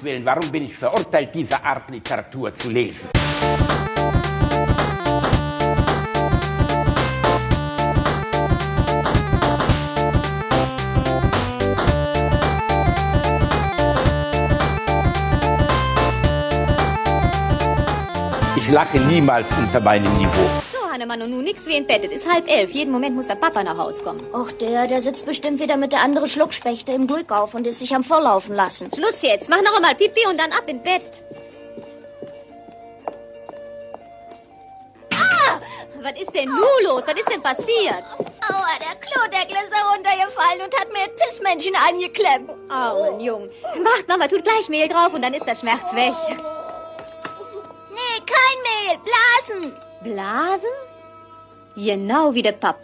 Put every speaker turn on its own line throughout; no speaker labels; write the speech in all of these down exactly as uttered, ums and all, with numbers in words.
Gottes Willen, warum bin ich verurteilt, diese Art Literatur zu lesen? Ich lache niemals unter meinem Niveau.
So, Hannemann, und nun nix wie entbettet. Ist halb elf. Jeden Moment muss der Papa nach Haus kommen.
Och, der, der sitzt bestimmt wieder mit der anderen Schluckspechte im Glück auf und ist sich am Volllaufen lassen.
Schluss jetzt. Mach noch einmal Pipi und dann ab in Bett. Ah! Was ist denn nun los? Was ist denn passiert?
Aua, der Klodeckel ist heruntergefallen und hat mir das Pissmännchen angeklemmt.
Oh, mein Junge. Macht, Mama, tut gleich Mehl drauf und dann ist der Schmerz weg.
Nee, kein Mehl. Blasen.
Blasen? Genau wie der Papa.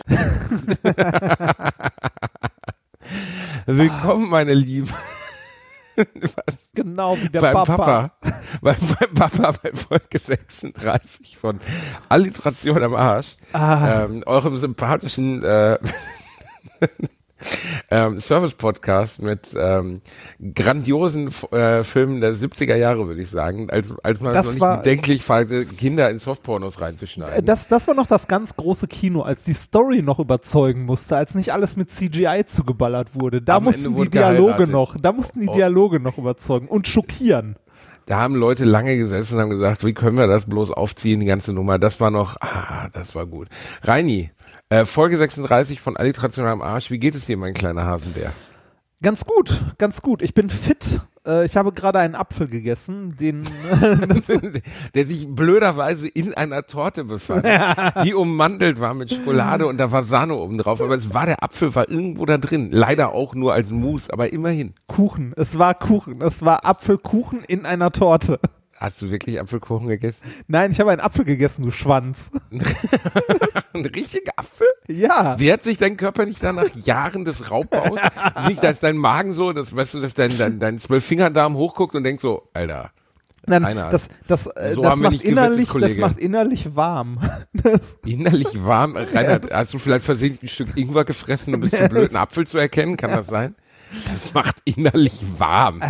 Willkommen, meine Lieben.
Was? Genau wie der
beim
Papa.
Papa. Beim, beim Papa bei Folge sechsunddreißig von Alliteration am Arsch.
Ah.
Ähm, eurem sympathischen äh, ähm, Service-Podcast mit ähm, grandiosen äh, Filmen der siebziger Jahre, würde ich sagen, als, als man
Das
noch nicht
war-
bedenklich fand, Kinder in Softpornos reinzuschneiden.
Das, das war noch das ganz große Kino, als die Story noch überzeugen musste, als nicht alles mit C G I zugeballert wurde. Da
Am
mussten
Ende
die
wurde
Dialoge
geheiratet.
noch, da mussten die
Oh.
Dialoge noch überzeugen und schockieren.
Da haben Leute lange gesessen und haben gesagt, wie können wir das bloß aufziehen, die ganze Nummer. Das war noch, ah, das war gut. Reini, äh, Folge sechsunddreißig von Alliteration am Arsch. Wie geht es dir, mein kleiner Hasenbär?
Ganz gut, ganz gut. Ich bin fit. Äh, ich habe gerade einen Apfel gegessen, den
Der sich blöderweise in einer Torte befand, die ummantelt war mit Schokolade und da war Sahne oben drauf. Aber es war, der Apfel war irgendwo da drin. Leider auch nur als Mousse, aber immerhin.
Kuchen. Es war Kuchen. Es war Apfelkuchen in einer Torte.
Hast du wirklich Apfelkuchen gegessen?
Nein, ich habe einen Apfel gegessen, du Schwanz.
Ein richtiger Apfel?
Ja.
Wehrt sich dein Körper nicht da nach Jahren des Raubbaus? Nicht, dass dein Magen so, dass, weißt du, dass dein, dein, dein Zwölffingerdarm hochguckt und denkt so, Alter,
Nein,
keine Ahnung.
das, das, äh,
So
das,
haben wir
macht
nicht gewettet,
innerlich, das
Kollege.
macht innerlich warm. Das,
innerlich warm. Reinhard, hast du vielleicht versehentlich ein Stück Ingwer gefressen und bist zu blöd, einen Apfel zu erkennen? Kann das sein? Das macht innerlich warm.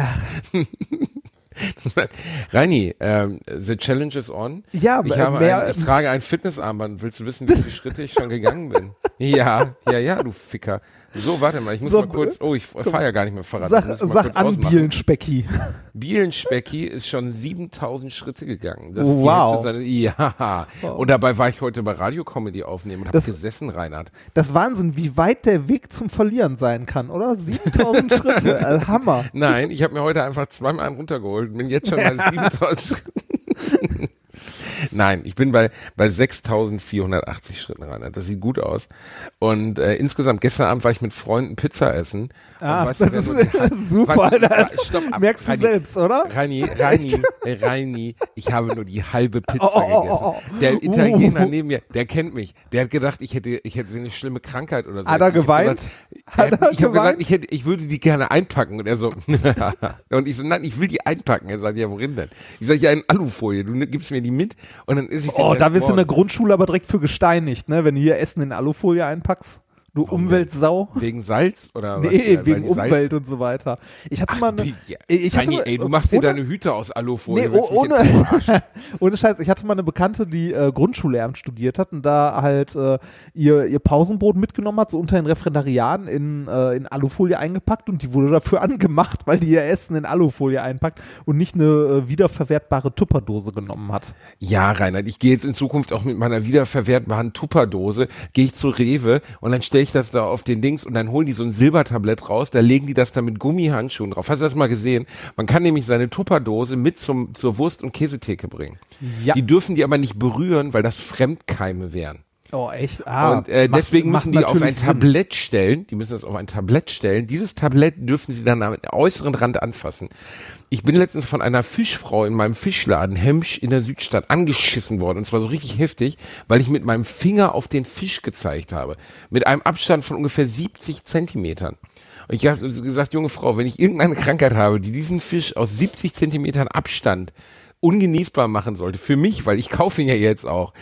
Reini, ähm, the challenge is on.
Ja,
ich,
äh,
habe
mehr-
ein, ich trage ein Fitnessarmband. Willst du wissen, wie viele Schritte ich schon gegangen bin? Ja, ja, ja, du Ficker. So, warte mal, ich muss
So,
mal kurz, oh, ich fahre ja gar nicht mehr Fahrrad.
sag
Das muss ich mal
sag
kurz
an,
ausmachen.
Bielenspecki.
Bielenspecki ist schon siebentausend Schritte gegangen. Das
Oh,
ist die
wow.
Hälfte seines, ja. Und dabei war ich heute bei Radio-Comedy aufnehmen und habe
Das-
gesessen, Reinhard.
Das ist Wahnsinn, wie weit der Weg zum Verlieren sein kann, oder? siebentausend Schritte, äh, Hammer.
Nein, ich habe mir heute einfach zweimal einen runtergeholt und bin jetzt schon bei siebentausend Schritten. Nein, ich bin bei, bei sechstausendvierhundertachtzig Schritten, Reinhard. Das sieht gut aus. Und äh, insgesamt, gestern Abend war ich mit Freunden Pizza essen.
Ah,
und weißt du,
das
wer
ist
so die-
super,
weißt du,
das
stopp ab,
merkst du
Reini,
selbst, oder?
Reini, Reini, Reini, ich habe nur die halbe Pizza
Oh, oh, oh,
gegessen.
oh, oh.
Der Italiener
Uh.
neben mir, der kennt mich. Der hat gedacht, ich hätte, ich hätte eine schlimme Krankheit oder so.
Hat er
Ich hab
geweint?
Gesagt,
Hat
er,
er
ich habe
geweint?
gesagt, ich hätte, ich würde die gerne einpacken. Und er so, und ich so, nein, ich will die einpacken. Er sagt, ja, worin denn? Ich sage, ja, in Alufolie. Du gibst mir die mit und dann ist ich den
Oh,
Rest
da wirst du in der
morgen.
Grundschule aber direkt für gesteinigt, ne? Wenn du hier Essen in Alufolie einpackst. Du
Warum
Umweltsau.
Wegen Salz oder was?
Nee,
Weil
wegen
die Salz-
Umwelt und so weiter. Ich hatte mal eine,
Ja.
ich hatte
Reini,
mal,
ey, du machst dir
ohne-
deine Hüte aus Alufolie.
Nee,
willst
oh,
mich jetzt
ohne,
verarschen?
ohne Scheiß, ich hatte mal eine Bekannte, die äh, Grundschullehramt studiert hat und da halt äh, ihr, ihr Pausenbrot mitgenommen hat, so unter den Referendariaten in, äh, in Alufolie eingepackt und die wurde dafür angemacht, weil die ihr Essen in Alufolie einpackt und nicht eine äh, wiederverwertbare Tupperdose genommen hat.
Ja, Reinhard, ich gehe jetzt in Zukunft auch mit meiner wiederverwertbaren Tupperdose, gehe ich zu Rewe und dann stelle ich das da auf den Dings und dann holen die so ein Silbertablett raus, da legen die das da mit Gummihandschuhen drauf. Hast du das mal gesehen? Man kann nämlich seine Tupperdose mit zum, zur Wurst- und Käsetheke bringen.
Ja.
Die dürfen die aber nicht berühren, weil das Fremdkeime wären.
Oh, echt? Ah,
und äh,
macht-
deswegen
macht
müssen die auf ein
natürlich Sinn.
Tablett stellen. Die müssen das auf ein Tablett stellen. Dieses Tablett dürfen sie dann am äußeren Rand anfassen. Ich bin letztens von einer Fischfrau in meinem Fischladen Hemsch in der Südstadt angeschissen worden. Und zwar so richtig heftig, weil ich mit meinem Finger auf den Fisch gezeigt habe. Mit einem Abstand von ungefähr siebzig Zentimetern. Und ich habe gesagt, junge Frau, wenn ich irgendeine Krankheit habe, die diesen Fisch aus siebzig Zentimetern Abstand ungenießbar machen sollte, für mich, weil ich kaufe ihn ja jetzt auch,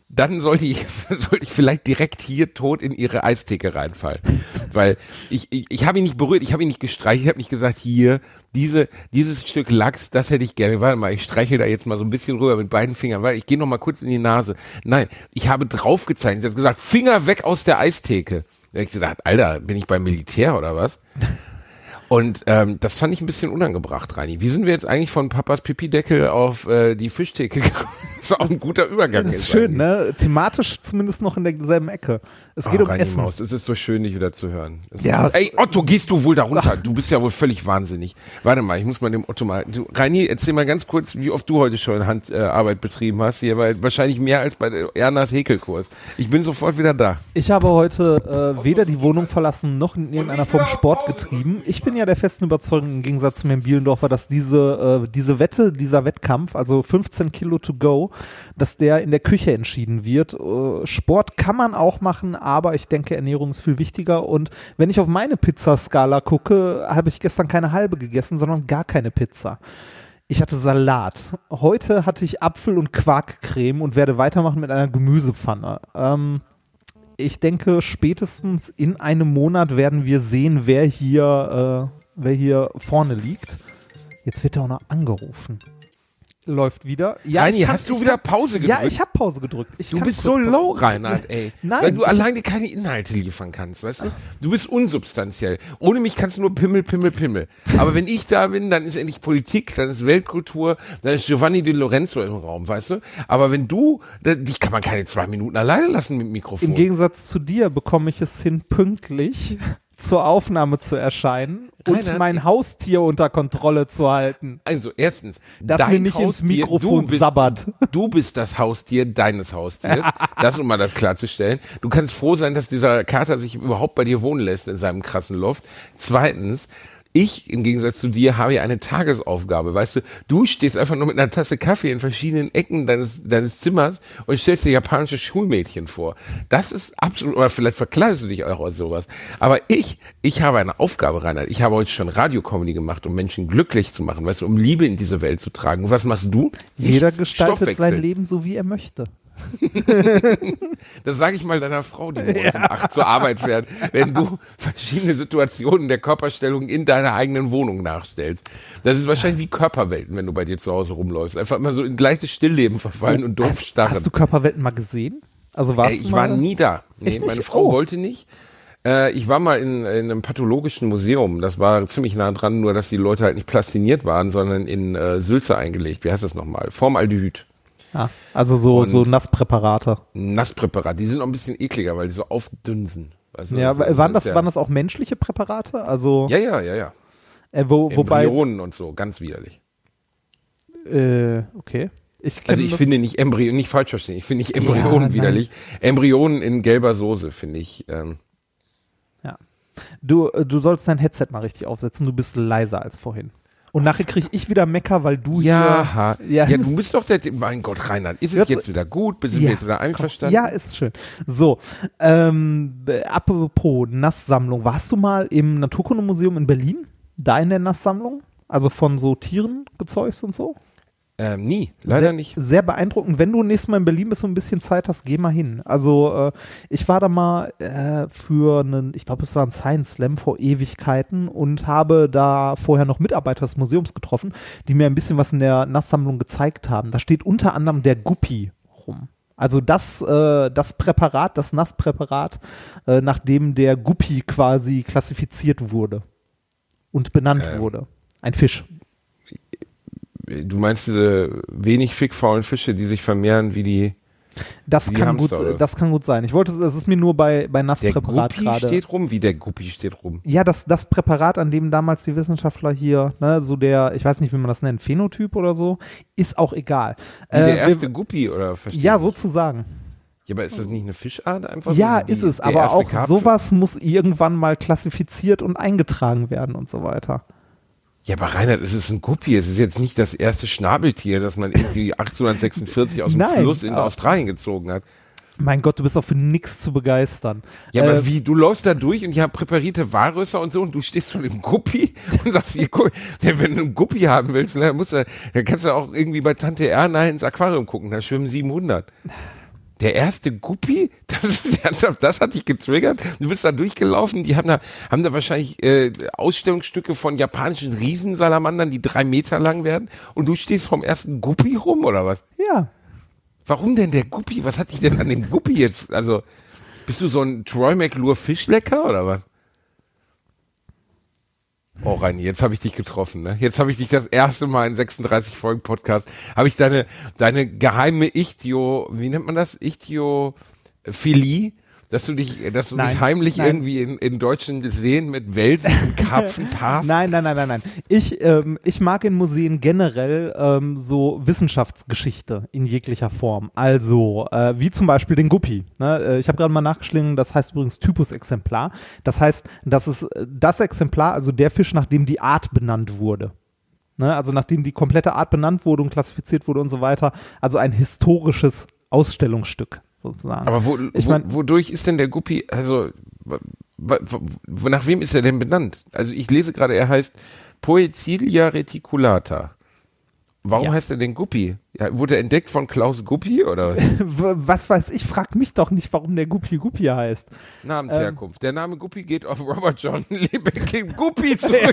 dann sollte ich, sollte ich vielleicht direkt hier tot in ihre Eistheke reinfallen. Weil ich, ich, ich habe ihn nicht berührt, ich habe ihn nicht gestreichelt, ich habe nicht gesagt, hier, diese, dieses Stück Lachs, das hätte ich gerne. Warte mal, ich streichel da jetzt mal so ein bisschen rüber mit beiden Fingern, weil ich gehe noch mal kurz in die Nase. Nein, ich habe drauf gezeichnet. Sie hat gesagt, Finger weg aus der Eistheke. Da habe ich gesagt, Alter, bin ich beim Militär oder was? Und ähm, das fand ich ein bisschen unangebracht, Reini. Wie sind wir jetzt eigentlich von Papas Pipi-Deckel auf äh, die Fischtheke gekommen? Das ist auch ein guter Übergang.
Das ist schön, ne? Thematisch zumindest noch in derselben Ecke. Es geht
oh,
um
Reini
Essen.
Maus, es ist so schön, dich wieder zu hören. Es
Ja,
ist, ey, Otto, gehst du wohl da runter? Du bist ja wohl völlig wahnsinnig. Warte mal, ich muss mal dem Otto mal... Du, Reini, erzähl mal ganz kurz, wie oft du heute schon Handarbeit äh, betrieben hast. Hier, weil wahrscheinlich mehr als bei Ernas Häkelkurs. Ich bin sofort wieder da.
Ich habe heute äh, weder die Wohnung verlassen, noch in irgendeiner Form Sport getrieben. Ich bin ja der festen Überzeugung, im Gegensatz zu Herrn Bielendorfer, dass diese, äh, diese Wette, dieser Wettkampf, also fünfzehn Kilo to go, dass der in der Küche entschieden wird. Äh, Sport kann man auch machen, aber ich denke, Ernährung ist viel wichtiger. Und wenn ich auf meine Pizzaskala gucke, habe ich gestern keine halbe gegessen, sondern gar keine Pizza. Ich hatte Salat. Heute hatte ich Apfel- und Quarkcreme und werde weitermachen mit einer Gemüsepfanne. Ähm, ich denke, spätestens in einem Monat werden wir sehen, wer hier, äh, wer hier vorne liegt. Jetzt wird er auch noch angerufen. Läuft wieder. Ja,
Reini,
kann,
hast du wieder Pause gedrückt?
Ja, ich habe Pause gedrückt. Ich
Du
kann
bist
kurz
so
Pause-
low, Reinhard, ey.
Nein.
Weil du
ich-
alleine keine Inhalte liefern kannst, weißt du? Du bist unsubstanziell. Ohne mich kannst du nur Pimmel, Pimmel, Pimmel. Aber wenn ich da bin, dann ist endlich Politik, dann ist Weltkultur, dann ist Giovanni Di Lorenzo im Raum, weißt du? Aber wenn du, da, dich kann man keine zwei Minuten alleine lassen mit dem Mikrofon.
Im Gegensatz zu dir bekomme ich es hin, pünktlich zur Aufnahme zu erscheinen und
Reinhard,
mein
ich-
Haustier unter Kontrolle zu halten.
Also erstens,
Dass
dein
mir nicht ins
Haustier,
Mikrofon
du bist,
sabbert.
Du bist das Haustier deines Haustiers. Das, um mal das klarzustellen. Du kannst froh sein, dass dieser Kater sich überhaupt bei dir wohnen lässt in seinem krassen Loft. Zweitens, ich, im Gegensatz zu dir, habe ja eine Tagesaufgabe, weißt du, du stehst einfach nur mit einer Tasse Kaffee in verschiedenen Ecken deines, deines Zimmers und stellst dir japanische Schulmädchen vor. Das ist absolut, oder vielleicht verkleidest du dich auch als sowas. Aber ich, ich habe eine Aufgabe, Reinhard. Ich habe heute schon Radiocomedy gemacht, um Menschen glücklich zu machen, weißt du, um Liebe in diese Welt zu tragen. Und was machst du?
Jeder
Nichts.
gestaltet sein
Stoffwechsel.
Leben so, wie er möchte.
Das sage ich mal deiner Frau, die morgens um acht zur Arbeit fährt, wenn du verschiedene Situationen der Körperstellung in deiner eigenen Wohnung nachstellst. Das ist wahrscheinlich wie Körperwelten, wenn du bei dir zu Hause rumläufst. Einfach immer so in gleiches Stillleben verfallen und doof
Hast,
starren.
hast du Körperwelten mal gesehen? Also warst
Ey,
du
ich
mal
war nie da. Nee,
Echt nicht?
meine Frau
Oh.
wollte nicht. Äh, ich war mal in, in einem pathologischen Museum. Das war ziemlich nah dran, nur dass die Leute halt nicht plastiniert waren, sondern in äh, Sülze eingelegt. Wie heißt das nochmal? Formaldehyd.
Ah, also so,
Und-
so Nasspräparate.
Nasspräparat. Die sind auch ein bisschen ekliger, weil die so aufdünsen. Weißt du,
Ja,
das ist-
waren
das
das,
ist ja-
waren das auch menschliche Präparate? Also,
Ja, ja, ja, ja.
äh, wo, wobei,
Embryonen und so, ganz widerlich.
äh, okay. Ich kenn
Also ich
das,
finde nicht Embryonen, nicht falsch verstehen, ich finde nicht Embryonen
nein.
widerlich. Embryonen in gelber Soße finde ich, ähm,
ja. Du, äh, du sollst dein Headset mal richtig aufsetzen, du bist leiser als vorhin. Und nachher kriege ich wieder Mecker, weil du
ja,
hier...
ja, du bist doch der, mein Gott, Reinhard, ist es
Jetzt-
jetzt wieder gut? Sind
Ja,
wir jetzt wieder
komm.
einverstanden?
Ja, ist schön. So, ähm, äh, apropos Nasssammlung. Warst du mal im Naturkundemuseum in Berlin? Da in der Nasssammlung? Also von so Tieren gezeugt und so?
Ähm, nie, leider
sehr,
nicht.
Sehr beeindruckend. Wenn du nächstes Mal in Berlin bist und ein bisschen Zeit hast, geh mal hin. Also äh, ich war da mal äh, für einen, ich glaube es war ein Science Slam vor Ewigkeiten und habe da vorher noch Mitarbeiter des Museums getroffen, die mir ein bisschen was in der Nasssammlung gezeigt haben. Da steht unter anderem der Guppi rum. Also das, äh, das Präparat, das Nasspräparat, äh, nachdem der Guppi quasi klassifiziert wurde und benannt
Ähm.
wurde. Ein Fisch.
Du meinst diese wenig fickfaulen Fische, die sich vermehren wie die,
Das
Wie die
kann, gut,
Hamster, oder?
das kann gut sein. Ich wollte, es ist mir nur bei, bei
der
Nasspräparat
Guppi
gerade.
steht rum, wie der Guppi steht rum.
Ja, das, das Präparat, an dem damals die Wissenschaftler hier, ne, so der, ich weiß nicht, wie man das nennt, Phänotyp oder so, ist auch egal.
Wie der
Äh,
erste
wir,
Guppi, oder verstehst
ja,
du?
sozusagen.
Ja, aber ist das nicht eine Fischart einfach?
Ja,
so, die-
ist es,
der
aber
erste
auch
Karpfen?
sowas muss irgendwann mal klassifiziert und eingetragen werden und so weiter.
Ja, aber Reinhard, es ist ein Guppi. Es ist jetzt nicht das erste Schnabeltier, das man irgendwie achtzehnhundertsechsundvierzig aus dem
Nein,
Fluss in
aber-
Australien gezogen hat.
Mein Gott, du bist auch für nichts zu begeistern.
Ja,
Äh,
aber wie, du läufst da durch und ich habe präparierte Walrösser und so und du stehst vor dem Guppi und sagst, hier, guck, ja, wenn du einen Guppi haben willst, dann, musst du, dann kannst du auch irgendwie bei Tante Erna ins Aquarium gucken, da schwimmen siebenhundert. Der erste Guppi, das ist ernsthaft, das hat dich getriggert. Du bist da durchgelaufen, die haben da, haben da wahrscheinlich äh, Ausstellungsstücke von japanischen Riesensalamandern, die drei Meter lang werden und du stehst vom ersten Guppi rum, oder was?
Ja.
Warum denn der Guppi? Was hat dich denn an dem Guppi jetzt? Also, bist du so ein Troy McClure Fischlecker, oder was? Oh, Reini, jetzt habe ich dich getroffen, ne? Jetzt habe ich dich das erste Mal in sechsunddreißig Folgen Podcast, habe ich deine deine geheime Ichtio, wie nennt man das? Ichtio-Philie, dass du dich, dass du
Nein,
dich heimlich
nein.
irgendwie in, in deutschen Seen mit Welsen und Karpfen paarst.
Nein, nein, nein, nein, nein. Ich, ähm, ich mag in Museen generell ähm, so Wissenschaftsgeschichte in jeglicher Form. Also, äh, wie zum Beispiel den Guppi. Ne? Äh, Ich habe gerade mal nachgeschlagen, das heißt übrigens Typusexemplar. Das heißt, das ist äh, das Exemplar, also der Fisch, nach dem die Art benannt wurde. Ne? Also nachdem die komplette Art benannt wurde und klassifiziert wurde und so weiter. Also ein historisches Ausstellungsstück. Sozusagen.
Aber wo,
ich
wo,
mein,
wodurch ist denn der Guppi, also wa, wa, wa, nach wem ist er denn benannt? Also ich lese gerade, er heißt Poecilia reticulata. Warum
Ja.
heißt er denn Guppi? Ja, wurde er entdeckt von Klaus Guppi oder
was weiß ich, frag mich doch nicht, warum der Guppi Guppi heißt.
Namensherkunft? Der Name Guppi geht auf Robert John Lebeck Guppi zurück.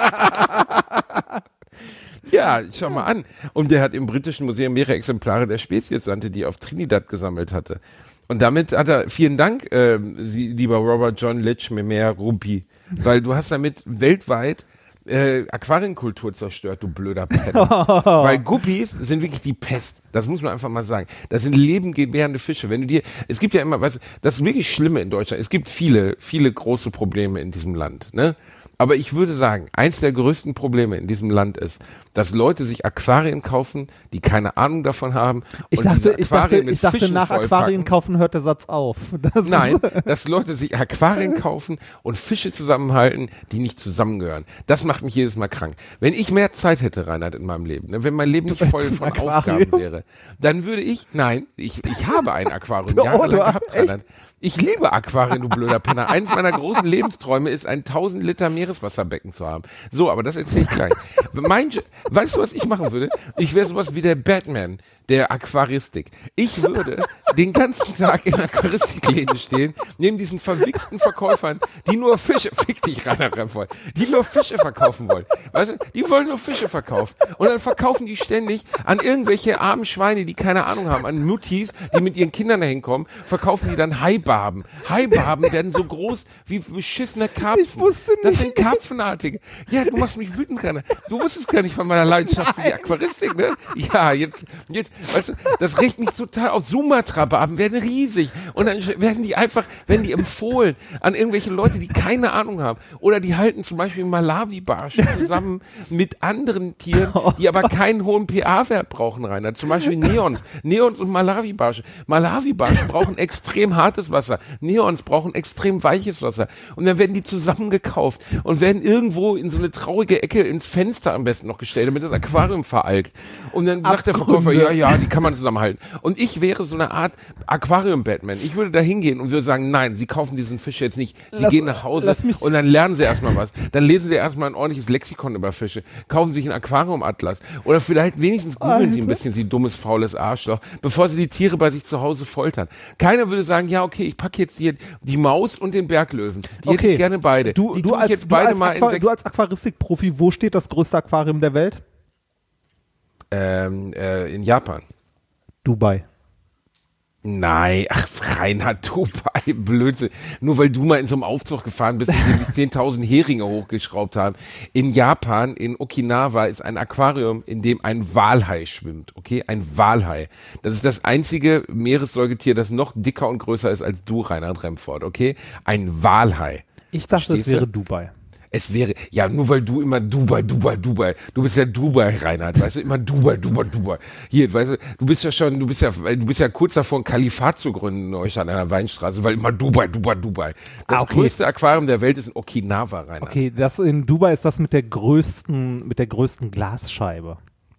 Ja, schau mal an. Und der hat im Britischen Museum mehrere Exemplare der Speziessante, die er auf Trinidad gesammelt hatte. Und damit hat er, vielen Dank, äh, Sie, lieber Robert John Litch Memer Guppi, weil du hast damit weltweit äh, Aquarienkultur zerstört, du blöder Penner. Weil Guppis sind wirklich die Pest. Das muss man einfach mal sagen. Das sind lebendgebärende Fische. Wenn du dir, es gibt ja immer, weißt du, das ist wirklich Schlimme in Deutschland. Es gibt viele, viele große Probleme in diesem Land, ne? Aber ich würde sagen, eins der größten Probleme in diesem Land ist, dass Leute sich Aquarien kaufen, die keine Ahnung davon haben.
Ich
und
dachte,
diese
ich dachte,
Aquarien mit
ich dachte
Fischen
nach
vollpacken.
Aquarien kaufen hört der Satz auf. Das
Nein,
ist,
dass Leute sich Aquarien kaufen und Fische zusammenhalten, die nicht zusammengehören. Das macht mich jedes Mal krank. Wenn ich mehr Zeit hätte, Reinhard, in meinem Leben, ne, wenn mein Leben nicht voll
ein
von
Aquarium?
Aufgaben wäre, dann würde ich, nein, ich, ich habe ein Aquarium
Oh,
jahrelang
du hast-
gehabt, Reinhard. Ich liebe Aquarien, du blöder Penner. Eins meiner großen Lebensträume ist, ein tausend Liter Meereswasserbecken zu haben. So, aber das erzähle ich gleich. Mein, Jo- weißt du, was ich machen würde? Ich wäre sowas wie der Batman der Aquaristik. Ich würde den ganzen Tag in Aquaristikläden stehen, neben diesen verwichsten Verkäufern, die nur Fische, fick dich, Rainer Remford, die nur Fische verkaufen wollen. Weißt du, die wollen nur Fische verkaufen. Und dann verkaufen die ständig an irgendwelche armen Schweine, die keine Ahnung haben, an Muttis, die mit ihren Kindern dahin kommen, verkaufen die dann Haibarben. Haibarben werden so groß wie beschissene Karpfen.
Ich wusste
Das
nicht.
sind Karpfenartige. Ja, du machst mich wütend, Rainer. Du wusstest gar nicht von meiner Leidenschaft für die Aquaristik, ne? Ja, jetzt, jetzt, weißt du, das regt mich total auf. Sumatra-Barben werden riesig und dann werden die einfach, werden die empfohlen an irgendwelche Leute, die keine Ahnung haben. Oder die halten zum Beispiel Malawi-Barsche zusammen mit anderen Tieren, die aber keinen hohen pH-Wert brauchen, Rainer. Zum Beispiel Neons. Neons und Malawi-Barsche. Malawi-Barsche brauchen extrem hartes Wasser. Neons brauchen extrem weiches Wasser. Und dann werden die zusammengekauft und werden irgendwo in so eine traurige Ecke ins Fenster am besten noch gestellt, damit das Aquarium veralgt. Und dann sagt der Verkäufer, ja, ja, die kann man zusammenhalten. Und ich wäre so eine Art Aquarium-Batman. Ich würde da hingehen und würde sagen, nein, Sie kaufen diesen Fisch jetzt nicht. Sie
Lass-
gehen nach Hause
lass mich-
und dann lernen Sie erstmal was. Dann lesen Sie erstmal ein ordentliches Lexikon über Fische. Kaufen Sie sich einen Aquarium-Atlas. Oder vielleicht wenigstens googeln Sie ein bisschen, Sie dummes, faules Arschloch, bevor Sie die Tiere bei sich zu Hause foltern. Keiner würde sagen, ja, okay, ich packe jetzt hier die Maus und den Berglöwen. Die hätte ich gerne beide.
Du,
die
du,
tue ich
als,
jetzt
du,
beide
als
mal in
Aqua-
sechs...
du als Aquaristik-Profi, wo steht das größte Aquarium der Welt?
Ähm, äh, in Japan.
Dubai.
Nein, ach, Reinhard, Dubai, Blödsinn. Nur weil du mal in so einem Aufzug gefahren bist, in dem sich zehntausend Heringe hochgeschraubt haben. In Japan, in Okinawa, ist ein Aquarium, in dem ein Walhai schwimmt, okay? Ein Walhai. Das ist das einzige Meeressäugetier, das noch dicker und größer ist als du, Reinhard Remford, okay? Ein Walhai.
Ich dachte,
Verstehst
es wäre
du?
Dubai.
Es wäre, ja, nur weil du immer Dubai, Dubai, Dubai, du bist ja Dubai, Reinhard, weißt du, immer Dubai, Dubai, Dubai. Hier, weißt du, du bist ja schon, du bist ja, du bist ja kurz davor, ein Kalifat zu gründen in euch an einer Weinstraße, weil immer Dubai, Dubai, Dubai. Das
Ah, okay.
größte Aquarium der Welt ist in Okinawa, Reinhard.
Okay, das in Dubai ist das mit der größten, mit der größten Glasscheibe.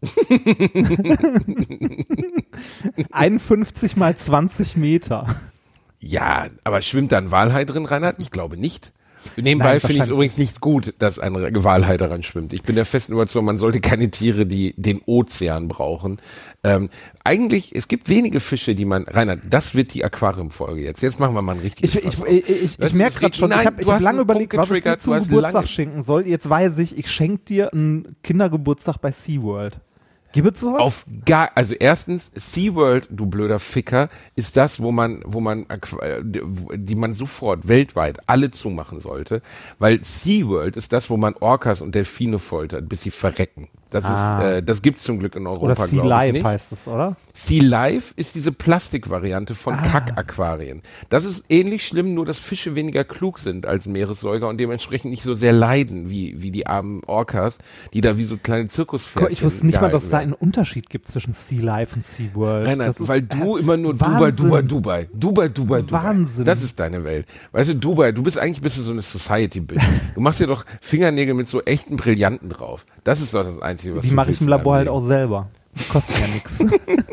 einundfünfzig mal zwanzig Meter.
Ja, aber schwimmt da ein Walhai drin, Reinhard? Ich glaube nicht. Nebenbei
Nein,
finde ich es
wahrscheinlich
übrigens nicht gut, dass ein Walhai daran schwimmt. Ich bin der festen Überzeugung, man sollte keine Tiere, die den Ozean brauchen. Ähm, eigentlich, es gibt wenige Fische, die man, Reinhard, das wird die Aquariumfolge jetzt. Jetzt machen wir mal ein richtiges
Ich, ich,
Fass
ich, ich,
auf.
ich merke gerade schon,
Nein,
ich habe
du
hab
hast
lange
einen
überlegt,
Punkt
was ich dir
getriggert,
zum
du hast
Geburtstag
lange-
schenken soll. Jetzt weiß ich, ich schenke dir einen Kindergeburtstag bei SeaWorld. Gibt es sowas?
Auf gar, also erstens, SeaWorld, du blöder Ficker, ist das, wo man, wo man, die man sofort weltweit alle zumachen sollte, weil SeaWorld ist das, wo man Orcas und Delfine foltert, bis sie verrecken. Das
Ah.
ist, äh, das gibt's zum Glück in Europa,
Oder
glaube
Sea
ich
Life
nicht.
heißt es, oder?
Sea Life ist diese Plastikvariante von
Ah.
Kackaquarien. Das ist ähnlich schlimm, nur dass Fische weniger klug sind als Meeressäuger und dementsprechend nicht so sehr leiden wie, wie die armen Orcas, die da wie so kleine Zirkuspferdchen
Ich wusste nicht mal, dass
gehalten
da
werden.
einen Unterschied gibt zwischen Sea Life und SeaWorld.
Reinhard,
Das ist,
weil du
äh,
immer nur Dubai,
Wahnsinn.
Dubai, Dubai, Dubai, Dubai, Dubai.
Wahnsinn.
Das ist deine Welt. Weißt du, Dubai, du bist eigentlich bist du so eine Society-Bitch. Du machst dir doch Fingernägel mit so echten Brillanten drauf. Das ist doch das Einzige, was
Die
du
mache ich
willst
im
in
Labor
deinem
halt
Leben.
auch selber. Die kosten ja nichts.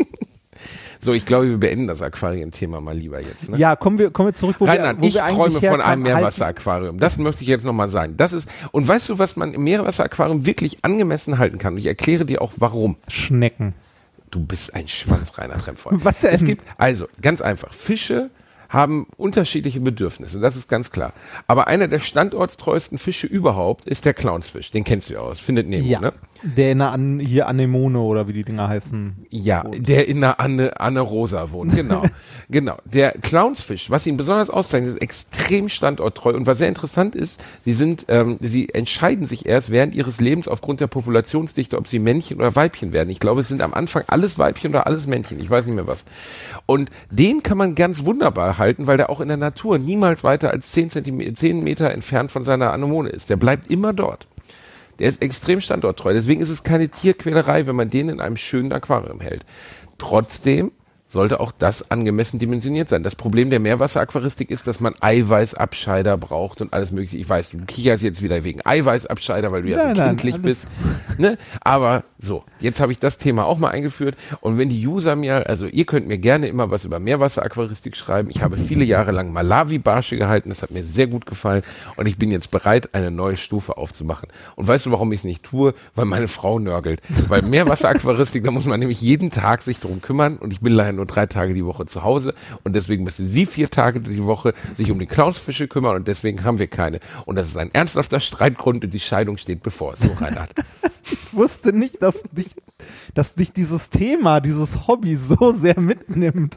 So, ich glaube, wir beenden das Aquarienthema mal lieber jetzt. Ne?
Ja, kommen wir, kommen wir zurück, wo
Reinhard,
wir, wo
ich
wir eigentlich
träume von
herkamen.
einem
Halt-
Meerwasseraquarium. Das möchte ich jetzt nochmal sagen. Das ist, und weißt du, was man im Meerwasseraquarium wirklich angemessen halten kann? Und ich erkläre dir auch, warum.
Schnecken.
Du bist ein Schwanz, Reinhard Remford.
Was denn?
Es gibt, also, ganz einfach, Fische haben unterschiedliche Bedürfnisse, das ist ganz klar. Aber einer der standortstreuesten Fische überhaupt ist der Clownsfisch. Den kennst du ja aus, findet Nemo,
Ja,
ne?
der in der An hier Anemone oder wie die Dinger heißen.
Ja, der in der Anne, Anne Rosa wohnt, genau. Genau. Der Clownsfisch, was ihn besonders auszeichnet, ist extrem standorttreu. Und was sehr interessant ist, sie sind, ähm, sie entscheiden sich erst während ihres Lebens aufgrund der Populationsdichte, ob sie Männchen oder Weibchen werden. Ich glaube, es sind am Anfang alles Weibchen oder alles Männchen. Ich weiß nicht mehr was. Und den kann man ganz wunderbar halten, weil der auch in der Natur niemals weiter als zehn Zentimeter, zehn Meter entfernt von seiner Anemone ist. Der bleibt immer dort. Der ist extrem standorttreu. Deswegen ist es keine Tierquälerei, wenn man den in einem schönen Aquarium hält. Trotzdem sollte auch das angemessen dimensioniert sein. Das Problem der Meerwasseraquaristik ist, dass man Eiweißabscheider braucht und alles mögliche. Ich weiß, du kicherst jetzt wieder wegen Eiweißabscheider, weil du ja
Nein,
so
nein,
kindlich
alles-
bist. Ne? Aber so, jetzt habe ich das Thema auch mal eingeführt. Und wenn die User mir, also ihr könnt mir gerne immer was über Meerwasseraquaristik schreiben. Ich habe viele Jahre lang Malawi-Barsche gehalten. Das hat mir sehr gut gefallen. Und ich bin jetzt bereit, eine neue Stufe aufzumachen. Und weißt du, warum ich es nicht tue? Weil meine Frau nörgelt. Weil Meerwasseraquaristik, da muss man nämlich jeden Tag sich drum kümmern. Und ich bin leider nur drei Tage die Woche zu Hause. Und deswegen müssen sie vier Tage die Woche sich um die Clownsfische kümmern. Und deswegen haben wir keine. Und das ist ein ernsthafter Streitgrund und die Scheidung steht bevor. So, Reinhard.
Ich wusste nicht, dass dich, dass dich dieses Thema, dieses Hobby so sehr mitnimmt.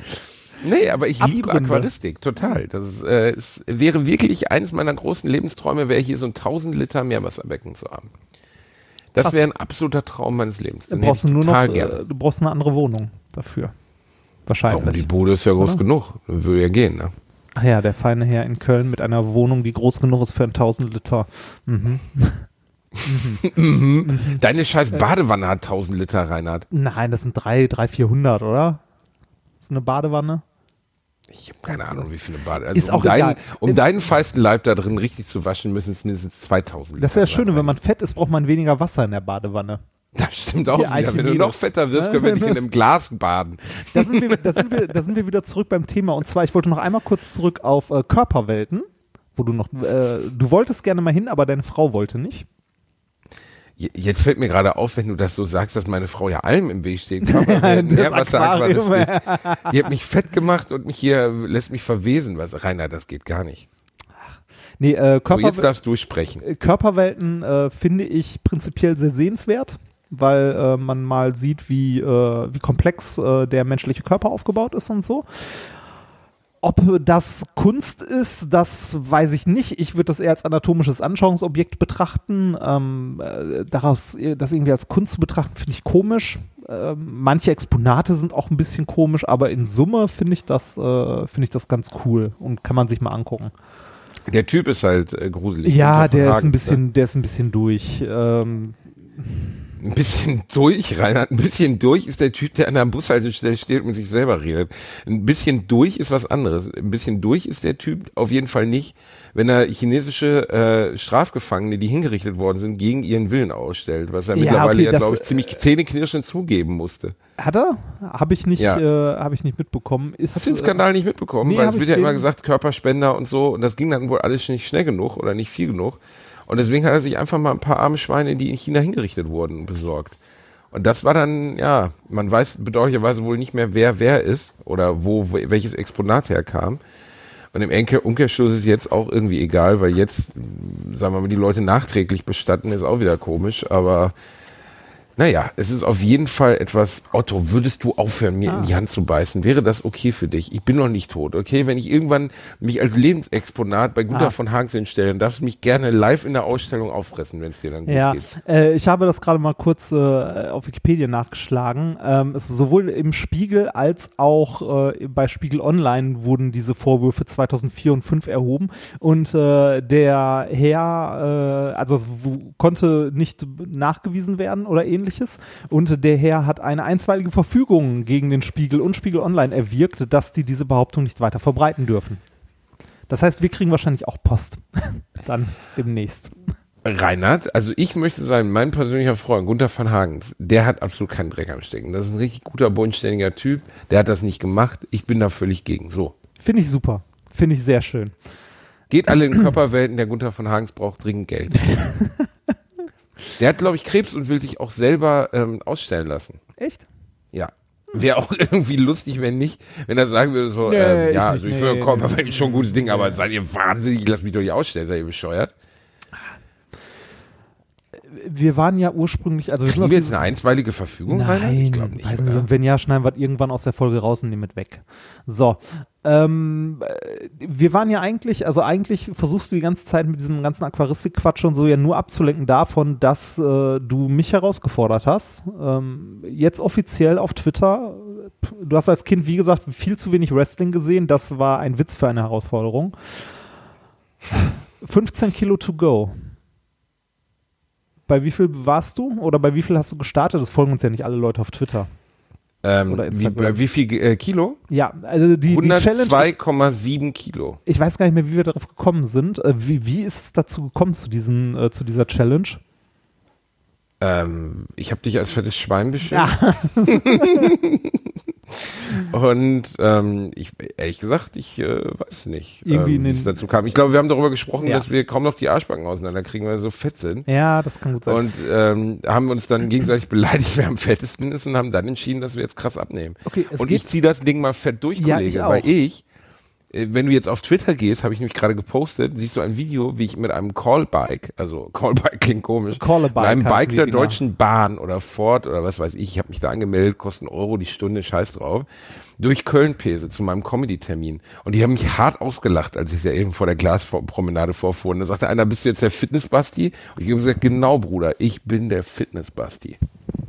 Nee, aber ich liebe
Abgründe.
Aquaristik, total. Das ist, äh, es wäre wirklich eines meiner großen Lebensträume, wäre hier so ein tausend Liter Meerwasserbecken zu haben. Das
Krass.
wäre ein absoluter Traum meines Lebens.
Du
Den
brauchst
hätte ich
nur noch,
total
äh,
gerne.
du brauchst eine andere Wohnung dafür.
Warum? Die
Wahrscheinlich.
Bude ist ja groß
Oder?
genug. Würde ja gehen, ne?
Ach ja, der feine Herr in Köln mit einer Wohnung, die groß genug ist für ein tausend Liter. Mhm.
Deine scheiß Badewanne hat tausend Liter, Reinhard.
Nein, das sind drei, drei, vierhundert, oder? Das ist eine Badewanne.
Ich habe keine Ahnung, wie viele Bade. Also
Ist
um
auch
deinen,
egal.
um deinen feisten Leib da drin richtig zu waschen, müssen es mindestens zweitausend Liter
Das ist ja das Schöne,
sein.
wenn man fett ist, braucht man weniger Wasser in der Badewanne.
Das stimmt auch
Hier
wieder. Wenn du
Archimedes.
noch fetter wirst, können wir dich in einem Glas baden.
Da sind, wir, da, sind wir, da sind wir wieder zurück beim Thema. Und zwar, ich wollte noch einmal kurz zurück auf äh, Körperwelten, wo du noch, äh, du wolltest gerne mal hin, aber deine Frau wollte nicht.
Jetzt fällt mir gerade auf, wenn du das so sagst, dass meine Frau ja allem im Weg steht.
Das
Meerwasseraquaristik. Die hat mich fett gemacht und mich hier lässt mich verwesen. Was, Rainer, das geht gar nicht.
Nee, äh,
So,
Körper,
jetzt darfst du sprechen.
äh, Körperwelten äh, finde ich prinzipiell sehr sehenswert, weil äh, man mal sieht, wie, äh, wie komplex äh, der menschliche Körper aufgebaut ist und so. Ob das Kunst ist, das weiß ich nicht. Ich würde das eher als anatomisches Anschauungsobjekt betrachten. Ähm, äh, daraus, das irgendwie als Kunst zu betrachten, finde ich komisch. Ähm, manche Exponate sind auch ein bisschen komisch, aber in Summe finde ich das, äh, finde ich das ganz cool und kann man sich mal angucken.
Der Typ ist halt äh, gruselig.
Ja,
Unter
der ist
Verhagen,
ein bisschen, der ist ein bisschen durch. Ähm,
Ein bisschen durch, Reinhard, ein bisschen durch ist der Typ, der an der Bushaltestelle steht und mit sich selber redet. Ein bisschen durch ist was anderes. Ein bisschen durch ist der Typ auf jeden Fall nicht, wenn er chinesische äh, Strafgefangene, die hingerichtet worden sind, gegen ihren Willen ausstellt, was er
Ja,
mittlerweile
okay,
ja,
das,
glaube ich, ziemlich zähneknirschend zugeben musste.
Hat er? Habe ich nicht,
Ja.
äh, habe ich nicht mitbekommen. Ist,
Hast du den Skandal nicht mitbekommen?
nee,
Weil
hab
es wird
ich
ja
den-
immer gesagt, Körperspender und so, und das ging dann wohl alles nicht schnell genug oder nicht viel genug. Und deswegen hat er sich einfach mal ein paar arme Schweine, die in China hingerichtet wurden, besorgt. Und das war dann, ja, man weiß bedauerlicherweise wohl nicht mehr, wer wer ist oder wo, wo welches Exponat herkam. Und im Enke- Umkehrschluss ist jetzt auch irgendwie egal, weil jetzt, sagen wir mal, die Leute nachträglich bestatten, ist auch wieder komisch, aber naja, es ist auf jeden Fall etwas, Otto, würdest du aufhören, mir
Ah.
in die Hand zu beißen? Wäre das okay für dich? Ich bin noch nicht tot, okay? Wenn ich irgendwann mich als Lebensexponat bei Gunther
Ah.
von Hagens hinstelle, dann darfst du mich gerne live in der Ausstellung auffressen, wenn es dir dann gut
Ja,
geht.
äh, ich habe das gerade mal kurz äh, auf Wikipedia nachgeschlagen. Ähm, es ist sowohl im Spiegel als auch äh, bei Spiegel Online wurden diese Vorwürfe zweitausendvier und zweitausendfünf erhoben und äh, der Herr, äh, also es w- konnte nicht nachgewiesen werden oder ähnliches und der Herr hat eine einstweilige Verfügung gegen den Spiegel und Spiegel Online erwirkt, dass die diese Behauptung nicht weiter verbreiten dürfen. Das heißt, wir kriegen wahrscheinlich auch Post dann demnächst.
Reinhard, also ich möchte sagen, mein persönlicher Freund Gunther von Hagens, der hat absolut keinen Dreck am Stecken. Das ist ein richtig guter, bodenständiger Typ. Der hat das nicht gemacht. Ich bin da völlig gegen. So.
Finde ich super. Finde ich sehr schön.
Geht alle in Körperwelten, der Gunther von Hagens braucht dringend Geld. Der hat, glaube ich, Krebs und will sich auch selber ähm, ausstellen lassen.
Echt?
Ja. Wäre auch irgendwie lustig, wenn nicht, wenn er sagen würde so,
Nee,
ähm,
ich
ja,
nicht,
also ich
nee,
finde
nee,
Körperwelt
nee,
schon ein gutes Ding,
nee.
aber seid ihr wahnsinnig, ich lass mich doch nicht ausstellen, seid ihr bescheuert?
Wir waren ja ursprünglich, also wir sind
Kriegen
auf
wir jetzt
dieses-
eine einstweilige Verfügung, Reinhard?
Nein,
Ich glaube nicht,
weiß
oder?
nicht. Und wenn ja, schneiden wir irgendwann aus der Folge raus und nehmen es weg. So, ähm, äh, wir waren ja eigentlich, also eigentlich versuchst du die ganze Zeit mit diesem ganzen Aquaristik-Quatsch und so ja nur abzulenken davon, dass äh, du mich herausgefordert hast. Ähm, jetzt offiziell auf Twitter, du hast als Kind, wie gesagt, viel zu wenig Wrestling gesehen, das war ein Witz für eine Herausforderung. fünfzehn Kilo to go. Bei wie viel warst du oder bei wie viel hast du gestartet? Das folgen uns ja nicht alle Leute auf Twitter.
Ähm,
Oder
wie,
Instagram.
wie viel äh, Kilo?
Ja, also die, die Challenge,
hundertzwei Komma sieben Kilo.
ich weiß gar nicht mehr, wie wir darauf gekommen sind. Äh, Wie, wie ist es dazu gekommen zu, diesen, äh, zu dieser Challenge?
Ähm, ich habe dich als fettes Schwein beschimpft.
Ja.
Und ähm, ich, ehrlich gesagt, ich äh, weiß nicht,
Irgendwie in
ähm, wie es
den-
dazu kam. Ich glaube, wir haben darüber gesprochen,
Ja.
dass wir kaum noch die Arschbacken auseinanderkriegen, weil wir so fett sind.
Ja, das kann gut sein.
Und ähm, haben uns dann gegenseitig beleidigt, wer am fettesten ist und haben dann entschieden, dass wir jetzt krass abnehmen.
Okay, es
und
geht-
ich ziehe das Ding mal fett durch,
Ja,
Kollege,
ich auch.
weil ich, äh, wenn du jetzt auf Twitter gehst, habe ich nämlich gerade gepostet, siehst du ein Video, wie ich mit einem Callbike, also Callbike klingt komisch,
Call-a-Bike
mit einem
heißen
Bike
die
der
Dinger.
Deutschen Bahn oder Ford oder was weiß ich, ich habe mich da angemeldet, kostet einen Euro die Stunde, scheiß drauf, durch Köln pese zu meinem Comedy-Termin. Und die haben mich hart ausgelacht, als ich da eben vor der Glaspromenade vorfuhr. Und da sagte einer, bist du jetzt der Fitness-Basti? Und ich habe gesagt, genau, Bruder, ich bin der Fitness-Basti.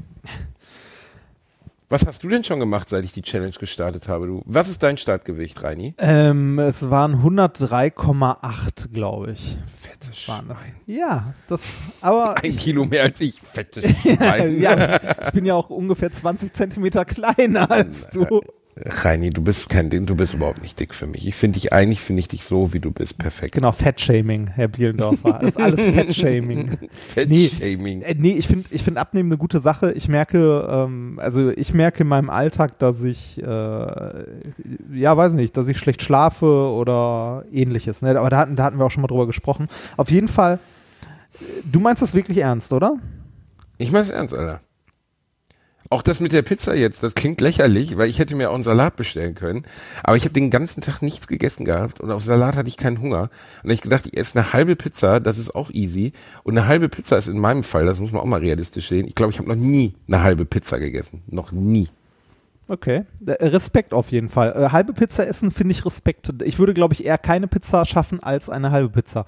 Was hast du denn schon gemacht, seit ich die Challenge gestartet habe? Du, was ist dein Startgewicht, Reini?
ähm, es waren hundertdrei Komma acht, glaube ich.
Fettes
Waren das.
Schwein.
Ja, das, aber
Ein
ich,
Kilo mehr als ich, fettes Schwein.
ja, ich, ich bin ja auch ungefähr zwanzig Zentimeter kleiner als du.
Reini, du bist kein Ding, du bist überhaupt nicht dick für mich. Ich finde dich, eigentlich finde ich dich so, wie du bist, perfekt.
Genau, Fettshaming, Herr Bielendorfer. Das ist alles Fettshaming. Nee,
Fettshaming.
äh, nee, ich finde ich find Abnehmen eine gute Sache. Ich merke, ähm, also ich merke in meinem Alltag, dass ich, äh, ja, weiß nicht, dass ich schlecht schlafe oder ähnliches. Ne? Aber da hatten, da hatten wir auch schon mal drüber gesprochen. Auf jeden Fall, du meinst das wirklich ernst, oder?
Ich mein's ernst, Alter. Auch das mit der Pizza jetzt, das klingt lächerlich, weil ich hätte mir auch einen Salat bestellen können. Aber ich habe den ganzen Tag nichts gegessen gehabt und auf Salat hatte ich keinen Hunger. Und dann hab ich gedacht, ich esse eine halbe Pizza, das ist auch easy. Und eine halbe Pizza ist in meinem Fall, das muss man auch mal realistisch sehen. Ich glaube, ich habe noch nie eine halbe Pizza gegessen. Noch nie.
Okay, äh, Respekt auf jeden Fall. Äh, halbe Pizza essen finde ich Respekt. Ich würde, glaube ich, eher keine Pizza schaffen als eine halbe Pizza.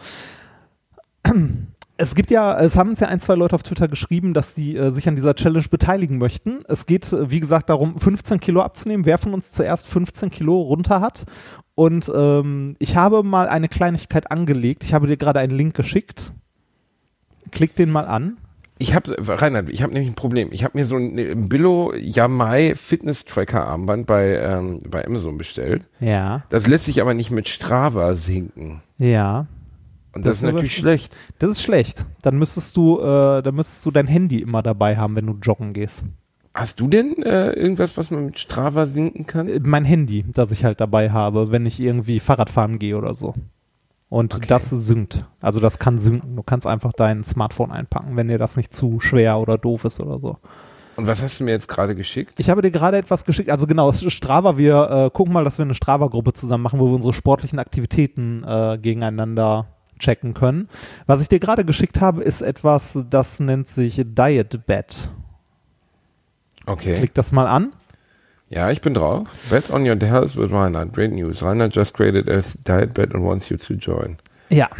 Es gibt ja, es haben uns ja ein, zwei Leute auf Twitter geschrieben, dass sie äh, sich an dieser Challenge beteiligen möchten. Es geht, äh, wie gesagt, darum, fünfzehn Kilo abzunehmen. Wer von uns zuerst fünfzehn Kilo runter hat. Und ähm, ich habe mal eine Kleinigkeit angelegt. Ich habe dir gerade einen Link geschickt. Klick den mal an.
Ich habe, Reinhard, ich habe nämlich ein Problem. Ich habe mir so ein Billo Yamai Fitness Tracker Armband bei, ähm, bei Amazon bestellt.
Ja.
Das lässt sich aber nicht mit Strava sinken.
Ja.
Und das, das ist natürlich schlecht.
Das ist schlecht. Dann müsstest du, äh, dann müsstest du dein Handy immer dabei haben, wenn du joggen gehst.
Hast du denn äh, irgendwas, was man mit Strava sinken kann?
Äh, mein Handy, das ich halt dabei habe, wenn ich irgendwie Fahrrad fahren gehe oder so. Und okay. Das synkt. Also das kann synken. Du kannst einfach dein Smartphone einpacken, wenn dir das nicht zu schwer oder doof ist oder so.
Und was hast du mir jetzt gerade geschickt?
Ich habe dir gerade etwas geschickt. Also genau, es ist Strava. Wir äh, gucken mal, dass wir eine Strava-Gruppe zusammen machen, wo wir unsere sportlichen Aktivitäten äh, gegeneinander checken können. Was ich dir gerade geschickt habe, ist etwas, das nennt sich Diet-Bet.
Okay.
Klick das mal an.
Ja, ich bin drauf. Bet on your health with Reinhard. Great news. Reinhard just created a diet bet and wants you to join.
Ja.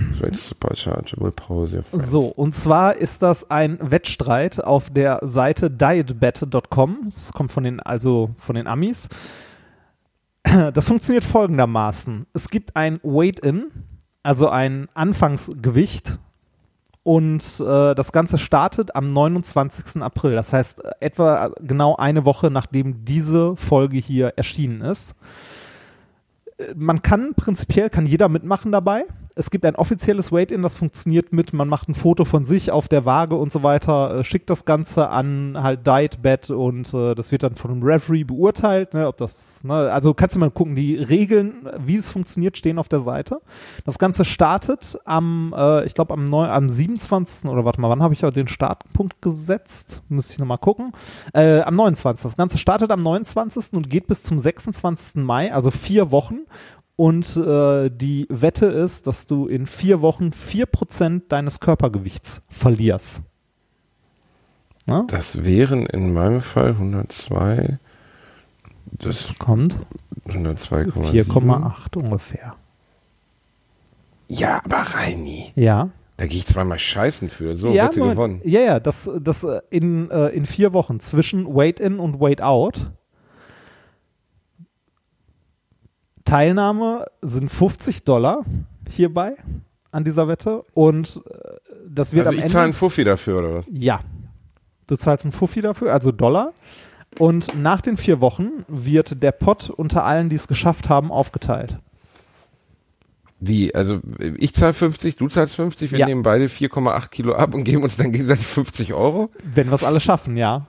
So, und zwar ist das ein Wettstreit auf der Seite diet bet dot com. Das kommt von den, also von den Amis. Das funktioniert folgendermaßen. Es gibt ein Weigh-In, also ein Anfangsgewicht, und äh, das Ganze startet am neunundzwanzigsten April. Das heißt, etwa genau eine Woche, nachdem diese Folge hier erschienen ist. Man kann, prinzipiell kann jeder mitmachen dabei. Es gibt ein offizielles Weigh-In, das funktioniert mit, man macht ein Foto von sich auf der Waage und so weiter, äh, schickt das Ganze an halt Diet-Bet und äh, das wird dann von einem Referee beurteilt, ne, ob das, ne, also kannst du mal gucken, die Regeln, wie es funktioniert, stehen auf der Seite. Das Ganze startet am, äh, ich glaube am, neun, am siebenundzwanzigsten oder warte mal, wann habe ich auch den Startpunkt gesetzt? Müsste ich nochmal gucken. Äh, am neunundzwanzigsten Das Ganze startet am neunundzwanzigsten und geht bis zum sechsundzwanzigsten Mai, also vier Wochen. Und äh, die Wette ist, dass du in vier Wochen vier Prozent deines Körpergewichts verlierst. Na?
Das wären in meinem Fall hundertzwei. Das,
das kommt
hundertzwei Komma sieben.
vier Komma acht ungefähr.
Ja, aber Reini.
Ja.
Da gehe ich zweimal scheißen für. So,
ja,
Wette
Moment.
gewonnen.
Ja, ja, das, das in, äh, in vier Wochen zwischen Weigh-In und Weigh-Out. Teilnahme sind fünfzig Dollar hierbei an dieser Wette und das wird
also
am
ich
Ende...
Ich zahle einen Fuffi dafür, oder was?
Ja, du zahlst einen Fuffi dafür, also Dollar. Und nach den vier Wochen wird der Pot unter allen, die es geschafft haben, aufgeteilt.
Wie? Also ich zahle fünfzig, du zahlst fünfzig, wir
ja.
nehmen beide vier Komma acht Kilo ab und geben uns dann gegenseitig fünfzig Euro?
Wenn wir es alle schaffen, ja.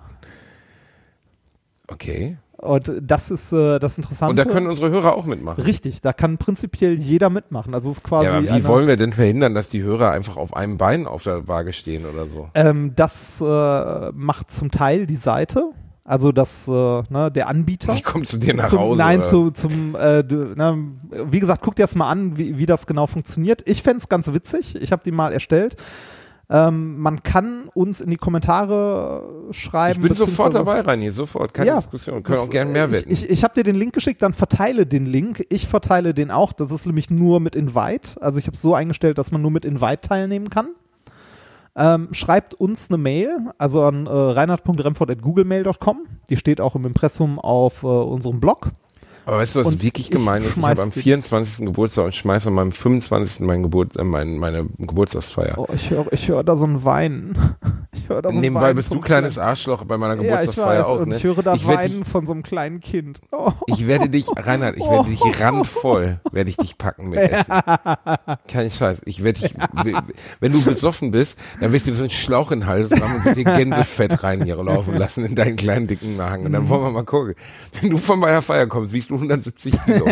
Okay.
Und das ist äh, das Interessante.
Und da können unsere Hörer auch mitmachen.
Richtig, da kann prinzipiell jeder mitmachen. Also es ist quasi.
Ja, aber wie
eine,
wollen wir denn verhindern, dass die Hörer einfach auf einem Bein auf der Waage stehen oder so?
Ähm, das äh, macht zum Teil die Seite, also das, äh, ne, der Anbieter.
Die kommt zu dir nach
zum,
Hause.
Nein,
oder?
zu, zum, äh, du, na, wie gesagt, guck dir das mal an, wie, wie das genau funktioniert. Ich fände es ganz witzig. Ich habe die mal erstellt. Ähm, man kann uns in die Kommentare schreiben.
Ich bin sofort dabei, Reini, sofort. Keine
ja,
Diskussion. Wir können auch gerne mehr wetten.
Ich, ich, ich habe dir den Link geschickt, dann verteile den Link. Ich verteile den auch. Das ist nämlich nur mit Invite. Also ich habe es so eingestellt, dass man nur mit Invite teilnehmen kann. Ähm, schreibt uns eine Mail, also an äh, reinhard punkt remford at googlemail punkt com. Die steht auch im Impressum auf äh, unserem Blog.
Aber weißt du, was
und
wirklich gemein ist? Ich habe am vierundzwanzigsten Geburtstag und schmeiße an meinem fünfundzwanzigsten mein Geburt, äh, mein, meine Geburtstagsfeier.
Oh, ich höre ich hör da so ein Weinen. Ich hör da so ein
Nebenbei
Weinen
bist du
vom
kleines
kleinen
Arschloch bei meiner
Ja, ich
Geburtstagsfeier
weiß,
auch.
und
Ne?
ich höre da
ich werd
Weinen
dich,
von so einem kleinen Kind. Oh.
Ich werde dich, Reinhard, ich werde dich randvoll, werde ich dich packen mit Essen. Kein Scheiß. Ich werde dich, wenn du besoffen bist, dann wirst du so einen Schlauch in den Hals haben und wird dir Gänsefett rein hier laufen lassen in deinen kleinen dicken Magen. Und dann wollen wir mal gucken. Wenn du von meiner Feier kommst, wiegst du hundertsiebzig Kilo.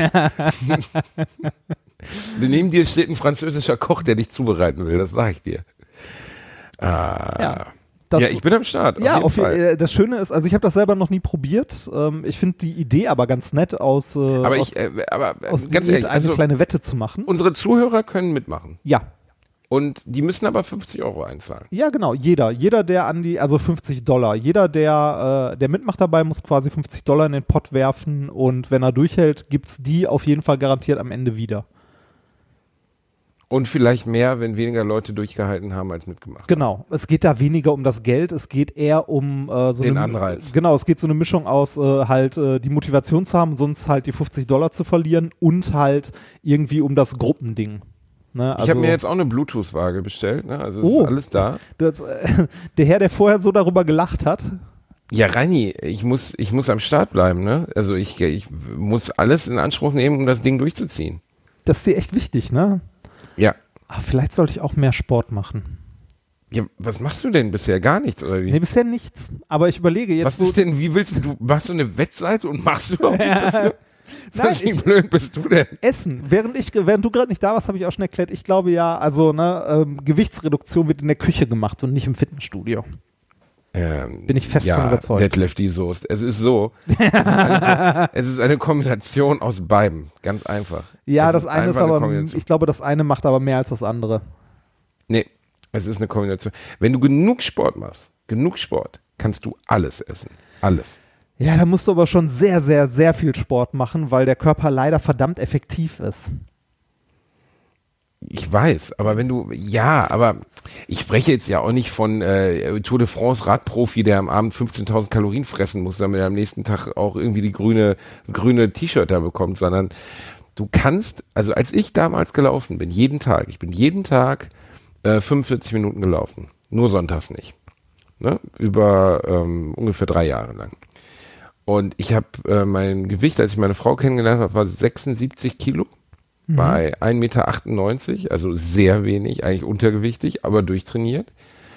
Neben dir steht ein französischer Koch, der dich zubereiten will, das sage ich dir. Ah.
Ja. Das,
ja, ich bin am Start.
Ja,
auf jeden
auf,
Fall.
Das Schöne ist, also ich habe das selber noch nie probiert. Ähm, ich finde die Idee aber ganz nett, aus, äh,
aber
aus,
ich, äh, aber
aus
ganz
Diät
ehrlich, also
eine kleine Wette zu machen.
Unsere Zuhörer können mitmachen.
Ja.
Und die müssen aber fünfzig Euro einzahlen.
Ja, genau. Jeder. Jeder, der an die, also fünfzig Dollar. Jeder, der, äh, der mitmacht dabei, muss quasi fünfzig Dollar in den Pott werfen. Und wenn er durchhält, gibt's die auf jeden Fall garantiert am Ende wieder.
Und vielleicht mehr, wenn weniger Leute durchgehalten haben, als mitgemacht
Genau.
haben.
Es geht da weniger um das Geld. Es geht eher um äh, so
den
eine,
Anreiz.
Genau. Es geht so eine Mischung aus, äh, halt äh, die Motivation zu haben, sonst halt die fünfzig Dollar zu verlieren und halt irgendwie um das Gruppending. Ne?
Ich
Also,
habe mir jetzt auch eine Bluetooth-Waage bestellt, ne? Also es
Oh.
ist alles da.
du hast, äh, der Herr, der vorher so darüber gelacht hat.
Ja, Reini, ich muss, ich muss am Start bleiben, ne? Also ich, ich muss alles in Anspruch nehmen, um das Ding durchzuziehen.
Das ist dir echt wichtig, ne?
Ja.
Ach, vielleicht sollte ich auch mehr Sport machen.
Ja, was machst du denn bisher? Gar nichts, oder wie?
Nee, bisher nichts. Aber ich überlege jetzt.
Was ist
so,
denn, wie willst du, du machst du eine Wettseite und machst überhaupt nichts dafür?
Nein,
Was wie
ich,
blöd bist du denn?
Essen. Während ich, während du gerade nicht da warst, habe ich auch schon erklärt, ich glaube ja, also ne, ähm, Gewichtsreduktion wird in der Küche gemacht und nicht im Fitnessstudio.
Ähm,
Bin ich fest
ja,
von überzeugt.
Deadlift die Soest. Es ist so, es ist, eine, es ist eine Kombination aus beidem. Ganz einfach.
Ja,
es
das eine ist
einfach eine
aber,
Kombination.
ich glaube, das eine macht aber mehr als das andere.
Nee, es ist eine Kombination. Wenn du genug Sport machst, genug Sport, kannst du alles essen. Alles.
Ja, da musst du aber schon sehr, sehr, sehr viel Sport machen, weil der Körper leider verdammt effektiv ist.
Ich weiß, aber wenn du, ja, aber ich spreche jetzt ja auch nicht von äh, Tour de France Radprofi, der am Abend fünfzehntausend Kalorien fressen muss, damit er am nächsten Tag auch irgendwie die grüne, grüne T-Shirt da bekommt, sondern du kannst, also als ich damals gelaufen bin, jeden Tag, ich bin jeden Tag äh, fünfundvierzig Minuten gelaufen, nur sonntags nicht, ne? Über ähm, ungefähr drei Jahre lang. Und ich habe äh, mein Gewicht, als ich meine Frau kennengelernt habe, war sechsundsiebzig Kilo. Bei ein Meter achtundneunzig, also sehr wenig, eigentlich untergewichtig, aber durchtrainiert.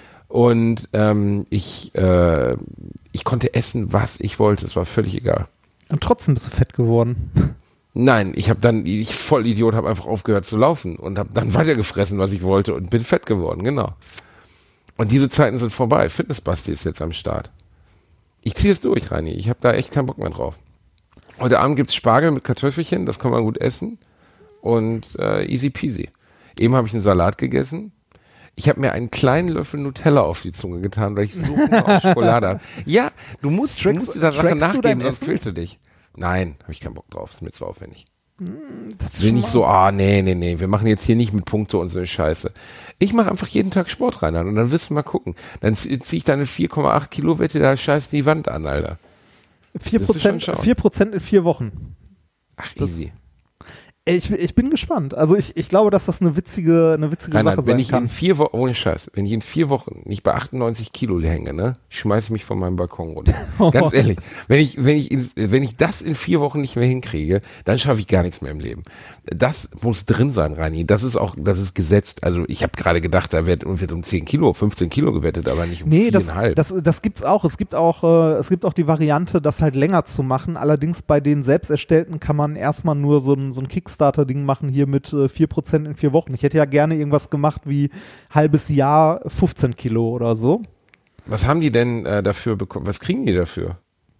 Und ähm, ich, äh, ich konnte essen, was ich wollte. Es war völlig egal.
Und trotzdem bist du fett geworden.
Nein, ich habe dann, ich voll Idiot, habe einfach aufgehört zu laufen und habe dann weitergefressen, was ich wollte und bin fett geworden, genau. Und diese Zeiten sind vorbei. Fitnessbasti ist jetzt am Start. Ich ziehe es durch, Reini. Ich habe da echt keinen Bock mehr drauf. Heute Abend gibt's Spargel mit Kartoffelchen, das kann man gut essen. Und äh, easy peasy. Eben habe ich einen Salat gegessen. Ich habe mir einen kleinen Löffel Nutella auf die Zunge getan, weil ich so Hunger auf Schokolade habe. Ja, du musst,
Trackst-
du musst dieser Sache
trackst du
nachgeben,
dein
sonst
Essen?
quälst du dich. Nein, habe ich keinen Bock drauf. Ist mir zu aufwendig.
Das
Ich will nicht so, ah, nee, nee, nee, wir machen jetzt hier nicht mit Punkte und so eine Scheiße. Ich mache einfach jeden Tag Sport rein und dann wirst du mal gucken. Dann ziehe ich deine vier Komma acht Kilo Wette da scheiß die Wand an, Alter.
vier
Das ist schon
Prozent,
schauen.
vier Prozent in vier Wochen.
Ach,
Das-
easy.
Ich, ich bin gespannt. Also ich, ich glaube, dass das eine witzige, eine witzige
Nein,
Sache
nein, wenn
sein
ich
kann.
in vier Wochen, ohne Scheiß, wenn ich in vier Wochen nicht bei achtundneunzig Kilo hänge, ne, schmeiße ich mich von meinem Balkon runter. Ganz ehrlich, wenn ich, wenn ich, in, wenn ich das in vier Wochen nicht mehr hinkriege, dann schaffe ich gar nichts mehr im Leben. Das muss drin sein, Reini. Das ist auch, das ist gesetzt. Also ich habe gerade gedacht, da wird, wird um zehn Kilo, fünfzehn Kilo gewettet, aber nicht um
Nee, das,
viereinhalb.
das, das gibt's auch. Es gibt auch, äh, es gibt auch die Variante, das halt länger zu machen. Allerdings bei den selbst erstellten kann man erstmal nur so ein, so ein Kickstarter-Ding machen hier mit äh, vier Prozent in vier Wochen. Ich hätte ja gerne irgendwas gemacht wie halbes Jahr fünfzehn Kilo oder so.
Was haben die denn äh, dafür bekommen? Was kriegen die dafür?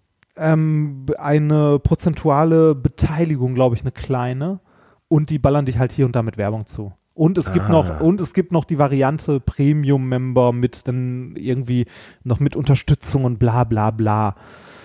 Ähm, eine prozentuale Beteiligung, glaube ich, eine kleine. Und die ballern dich halt hier und da mit Werbung zu. Und es gibt
Ah.
noch, und es gibt noch die Variante Premium-Member mit dann irgendwie noch mit Unterstützung und bla bla bla.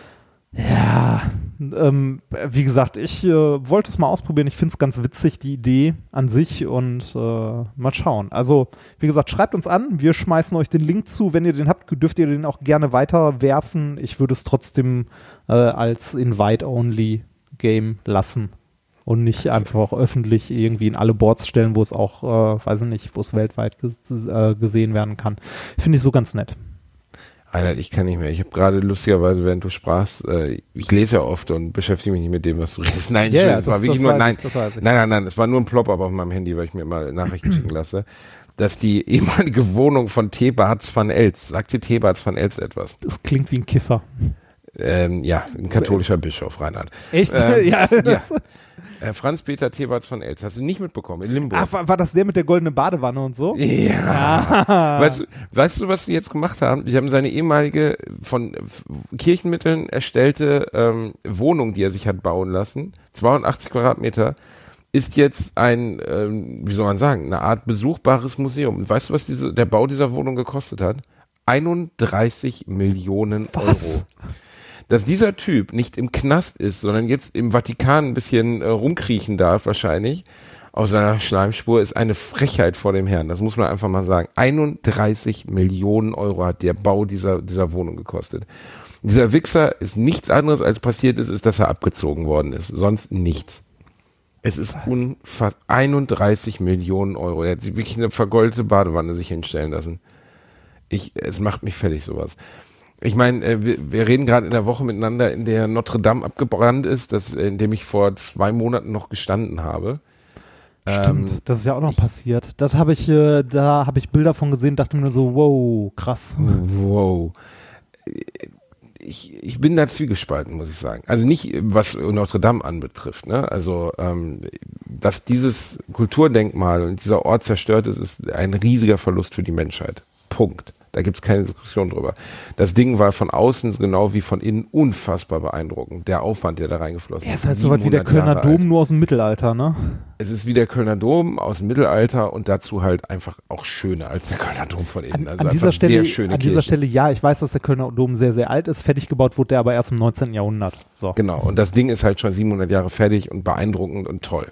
Ja, ähm, wie gesagt, ich äh, wollte es mal ausprobieren. Ich finde es ganz witzig, die Idee an sich und äh, mal schauen. Also, wie gesagt, schreibt uns an. Wir schmeißen euch den Link zu. Wenn ihr den habt, dürft ihr den auch gerne weiterwerfen. Ich würde es trotzdem äh, als Invite-Only-Game lassen und nicht einfach öffentlich irgendwie in alle Boards stellen, wo es auch, äh, weiß ich nicht, wo es weltweit ges äh, gesehen werden kann. Finde ich so ganz nett.
Alter, ich kann nicht mehr. Ich habe gerade lustigerweise, während du sprachst, äh, ich lese ja oft und beschäftige mich nicht mit dem, was du redest. Nein,
Ja,
yeah,
ja,
es war
das-
wirklich
das
nur,
weiß
nein,
ich, das weiß ich.
nein, nein, nein, es war nur ein Plop-up auf meinem Handy, weil ich mir mal Nachrichten schicken lasse, dass die ehemalige Wohnung von Thebarts van Els, sagt dir Thebarts van Els etwas?
Das klingt wie ein Kiffer.
Ähm, ja, ein katholischer Bischof, Reinhard.
Echt?
Ähm,
ja.
ja. Äh, Franz-Peter Thebarts van Els, hast du nicht mitbekommen, in Limburg.
Ach, war, war das der mit der goldenen Badewanne und so?
Ja. Weißt, du, weißt du, was die jetzt gemacht haben? Die haben seine ehemalige, von F- Kirchenmitteln erstellte ähm, Wohnung, die er sich hat bauen lassen, zweiundachtzig Quadratmeter, ist jetzt ein, ähm, wie soll man sagen, eine Art besuchbares Museum. Und weißt du, was diese, der Bau dieser Wohnung gekostet hat? einunddreißig Millionen
Was?
Euro. Dass dieser Typ nicht im Knast ist, sondern jetzt im Vatikan ein bisschen äh, rumkriechen darf wahrscheinlich, aus seiner Schleimspur, ist eine Frechheit vor dem Herrn. Das muss man einfach mal sagen. einunddreißig Millionen Euro hat der Bau dieser, dieser Wohnung gekostet. Dieser Wichser ist nichts anderes als passiert ist, ist, dass er abgezogen worden ist. Sonst nichts. Es ist unfassbar. einunddreißig Millionen Euro. Er hat sich wirklich eine vergoldete Badewanne sich hinstellen lassen. Ich, es macht mich fertig, sowas. Ich meine, äh, wir, wir reden gerade in der Woche miteinander, in der Notre Dame abgebrannt ist, das, in dem ich vor zwei Monaten noch gestanden habe.
Stimmt,
Ähm,
das ist ja auch noch
ich,
passiert. Das habe ich, äh, da habe ich Bilder von gesehen, dachte mir so, wow, krass.
Wow. Ich, ich bin da zwiegespalten, muss ich sagen. Also nicht, was Notre Dame anbetrifft, ne? Also, ähm, dass dieses Kulturdenkmal und dieser Ort zerstört ist, ist ein riesiger Verlust für die Menschheit. Punkt. Da gibt's keine Diskussion drüber. Das Ding war von außen genau wie von innen unfassbar beeindruckend. Der Aufwand, der da reingeflossen
Ja,
ist.
ist halt so was wie der Kölner Dom, nur aus dem Mittelalter, ne?
Es ist wie der Kölner Dom aus dem Mittelalter und dazu halt einfach auch schöner als der Kölner Dom von innen.
An,
Also
an dieser Stelle,
sehr schöne
an dieser
Kirche.
Stelle, ja, ich weiß, dass der Kölner Dom sehr, sehr alt ist. Fertig gebaut wurde der aber erst im neunzehnten Jahrhundert. So.
Genau, und das Ding ist halt schon siebenhundert Jahre fertig und beeindruckend und toll.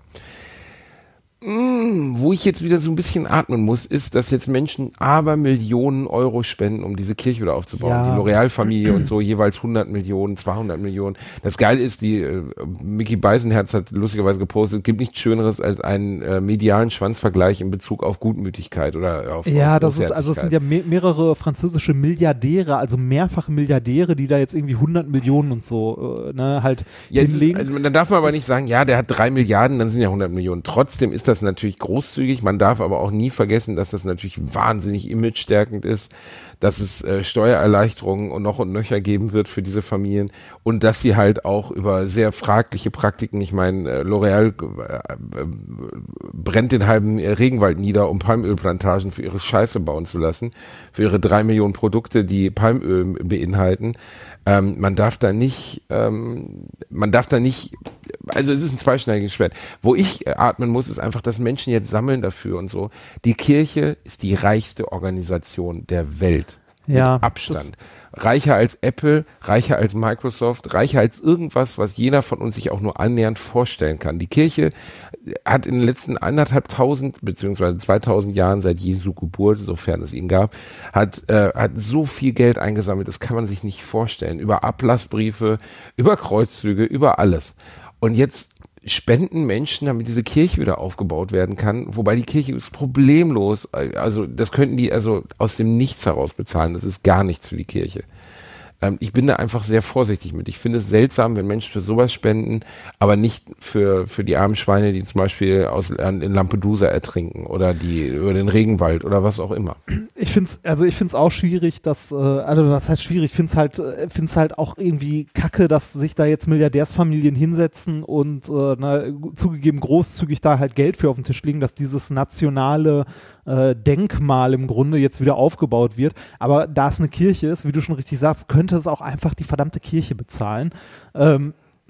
Mm, wo ich jetzt wieder so ein bisschen atmen muss, ist, dass jetzt Menschen aber Millionen Euro spenden, um diese Kirche wieder aufzubauen.
Ja.
Die L'Oreal-Familie und so jeweils hundert Millionen, zweihundert Millionen. Das Geile ist, die äh, Micky Beisenherz hat lustigerweise gepostet, es gibt nichts Schöneres als einen äh, medialen Schwanzvergleich in Bezug auf Gutmütigkeit oder auf
Ja,
auf
das ist, also es sind ja me- mehrere französische Milliardäre, also mehrfache Milliardäre, die da jetzt irgendwie hundert Millionen und so, äh, ne, halt
Ja, es ist,
hinlegen.
also dann darf man aber nicht sagen, ja, der hat drei Milliarden, dann sind ja hundert Millionen. Trotzdem ist das natürlich großzügig. Man darf aber auch nie vergessen, dass das natürlich wahnsinnig imagestärkend ist, dass es äh, Steuererleichterungen und noch und nöcher geben wird für diese Familien und dass sie halt auch über sehr fragliche Praktiken, ich meine, äh, L'Oreal äh, äh, brennt den halben äh, Regenwald nieder, um Palmölplantagen für ihre Scheiße bauen zu lassen, für ihre drei Millionen Produkte, die Palmöl beinhalten. Ähm, man darf da nicht, ähm, man darf da nicht, also es ist ein zweischneidiges Schwert. Wo ich atmen muss, ist einfach, dass Menschen jetzt sammeln dafür und so. Die Kirche ist die reichste Organisation der Welt.
Ja,
mit Abstand. Reicher als Apple, reicher als Microsoft, reicher als irgendwas, was jeder von uns sich auch nur annähernd vorstellen kann. Die Kirche hat in den letzten anderthalbtausend beziehungsweise zweitausend Jahren seit Jesu Geburt, sofern es ihn gab, hat, äh, hat so viel Geld eingesammelt, das kann man sich nicht vorstellen. Über Ablassbriefe, über Kreuzzüge, über alles. Und jetzt spenden Menschen, damit diese Kirche wieder aufgebaut werden kann, wobei die Kirche ist problemlos, also das könnten die also aus dem Nichts heraus bezahlen, das ist gar nichts für die Kirche. Ähm, ich bin da einfach sehr vorsichtig mit. Ich finde es seltsam, wenn Menschen für sowas spenden, aber nicht für für die armen Schweine, die zum Beispiel aus in Lampedusa ertrinken oder die über den Regenwald oder was auch immer.
Ich finde es, also ich finde es auch schwierig, dass, äh, also das heißt schwierig, ich finde es halt, äh, finde es halt auch irgendwie kacke, dass sich da jetzt Milliardärsfamilien hinsetzen und äh, na, zugegeben großzügig da halt Geld für auf den Tisch legen, dass dieses nationale äh, Denkmal im Grunde jetzt wieder aufgebaut wird. Aber da es eine Kirche ist, wie du schon richtig sagst, könnte es auch einfach die verdammte Kirche bezahlen. Ähm,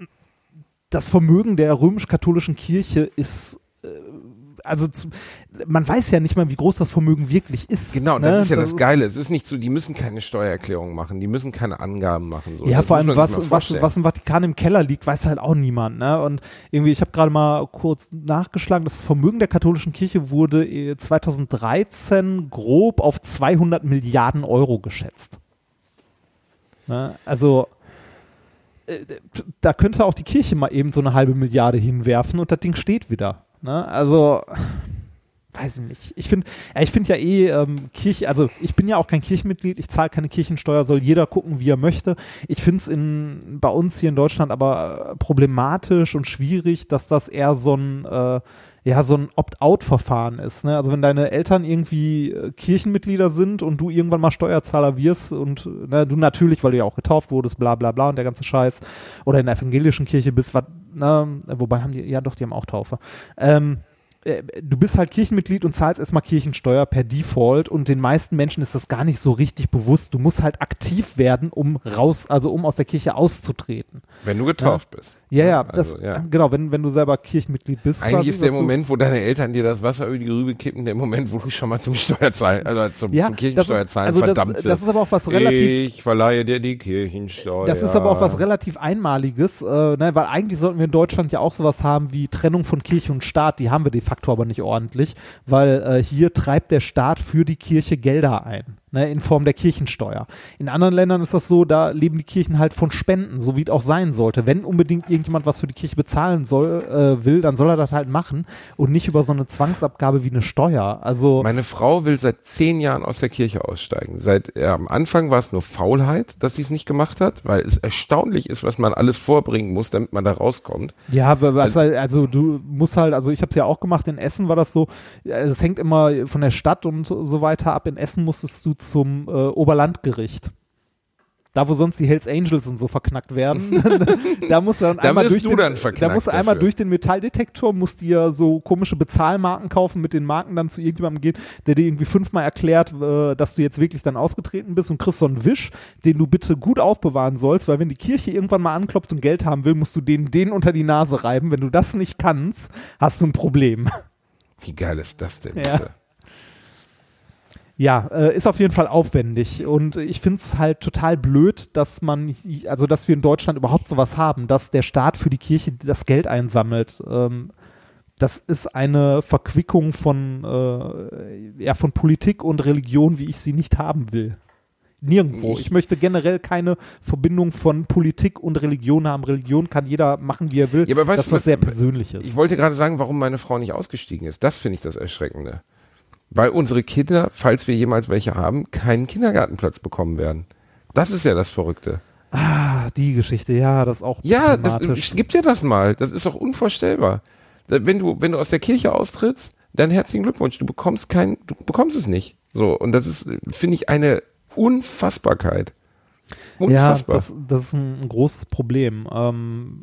das Vermögen der römisch-katholischen Kirche ist äh, also zu, man weiß ja nicht mal, wie groß das Vermögen wirklich ist.
Genau, das
ne?
ist ja
das
das Geile. Es ist nicht so, die müssen keine Steuererklärung machen, die müssen keine Angaben machen. So.
Ja,
Das
vor
muss
allem,
man sich
was,
mal
was, was im Vatikan im Keller liegt, weiß halt auch niemand. Ne? Und irgendwie, ich habe gerade mal kurz nachgeschlagen, das Vermögen der katholischen Kirche wurde zweitausenddreizehn grob auf zweihundert Milliarden Euro geschätzt. Ne? Also äh, da könnte auch die Kirche mal eben so eine halbe Milliarde hinwerfen und das Ding steht wieder. Ne? Also, weiß ich nicht. Ich finde ja, ich finde ja eh ähm, Kirche, also ich bin ja auch kein Kirchenmitglied, ich zahle keine Kirchensteuer, soll jeder gucken, wie er möchte. Ich finde es in bei uns hier in Deutschland aber äh, problematisch und schwierig, dass das eher so ein äh, ja, so ein Opt-out-Verfahren ist. Ne? Also wenn deine Eltern irgendwie äh, Kirchenmitglieder sind und du irgendwann mal Steuerzahler wirst und ne, du natürlich, weil du ja auch getauft wurdest, bla bla bla und der ganze Scheiß, oder in der evangelischen Kirche bist, wat, ne, wobei haben die, ja doch, die haben auch Taufe. Ähm, du bist halt Kirchenmitglied und zahlst erstmal Kirchensteuer per Default und den meisten Menschen ist das gar nicht so richtig bewusst. Du musst halt aktiv werden, um raus, also um aus der Kirche auszutreten.
Wenn du getauft
ja.
bist.
Ja, ja,
also,
das,
ja.
genau, wenn, wenn du selber Kirchenmitglied bist.
Eigentlich
quasi,
ist der
du,
Moment, wo deine Eltern dir das Wasser über die Rübe kippen, der Moment, wo du schon mal zum Steuerzahlen, also zum,
ja,
zum Kirchensteuerzahlen
also
verdammt
das,
wirst.
das ist aber auch was relativ.
Ich verleihe dir die Kirchensteuer.
Das ist aber auch was relativ Einmaliges, äh, ne, weil eigentlich sollten wir in Deutschland ja auch sowas haben wie Trennung von Kirche und Staat. Die haben wir de facto aber nicht ordentlich, weil äh, hier treibt der Staat für die Kirche Gelder ein. Ne, in Form der Kirchensteuer. In anderen Ländern ist das so, da leben die Kirchen halt von Spenden, so wie es auch sein sollte. Wenn unbedingt irgendjemand was für die Kirche bezahlen soll, äh, will, dann soll er das halt machen und nicht über so eine Zwangsabgabe wie eine Steuer. Also
Meine Frau will seit zehn Jahren aus der Kirche aussteigen. Seit äh, am Anfang war es nur Faulheit, dass sie es nicht gemacht hat, weil es erstaunlich ist, was man alles vorbringen muss, damit man da rauskommt.
ja, aber was halt, also du musst halt, also ich habe es ja auch gemacht, in Essen war das so, es hängt immer von der Stadt und so weiter ab. In Essen musstest du zum äh, Oberlandgericht. Da, wo sonst die Hells Angels und so verknackt werden, da musst du dann
Da
einmal
wirst
durch
du
den,
dann verknackt
da musst du einmal
dafür.
durch den Metalldetektor, musst dir so komische Bezahlmarken kaufen, mit den Marken dann zu irgendjemandem gehen, der dir irgendwie fünfmal erklärt, äh, dass du jetzt wirklich dann ausgetreten bist und kriegst so einen Wisch, den du bitte gut aufbewahren sollst, weil wenn die Kirche irgendwann mal anklopft und Geld haben will, musst du denen den unter die Nase reiben. Wenn du das nicht kannst, hast du ein Problem.
Wie geil ist das denn
Ja.
bitte?
Ja, äh, ist auf jeden Fall aufwendig und ich finde es halt total blöd, dass man, also dass wir in Deutschland überhaupt sowas haben, dass der Staat für die Kirche das Geld einsammelt. Ähm, das ist eine Verquickung von, äh, ja, von Politik und Religion, wie ich sie nicht haben will. Nirgendwo. Ich,
Ich-
möchte generell keine Verbindung von Politik und Religion haben. Religion kann jeder machen, wie er will.
Ja, aber weißt
das ist
du,
was
was-
sehr Persönliches.
Ich wollte gerade sagen, warum meine Frau nicht ausgestiegen ist. Das finde ich das Erschreckende. Weil unsere Kinder, falls wir jemals welche haben, keinen Kindergartenplatz bekommen werden. Das ist ja das Verrückte.
ah, die Geschichte, ja, das ist auch
Ja, das
problematisch.
gibt ja das mal. Das ist doch unvorstellbar. Wenn du, wenn du aus der Kirche austrittst, dann herzlichen Glückwunsch. Du bekommst kein, du bekommst es nicht. So. Und das ist, finde ich, eine Unfassbarkeit. Unfassbar.
Ja, das, das ist ein, ein großes Problem. Ähm,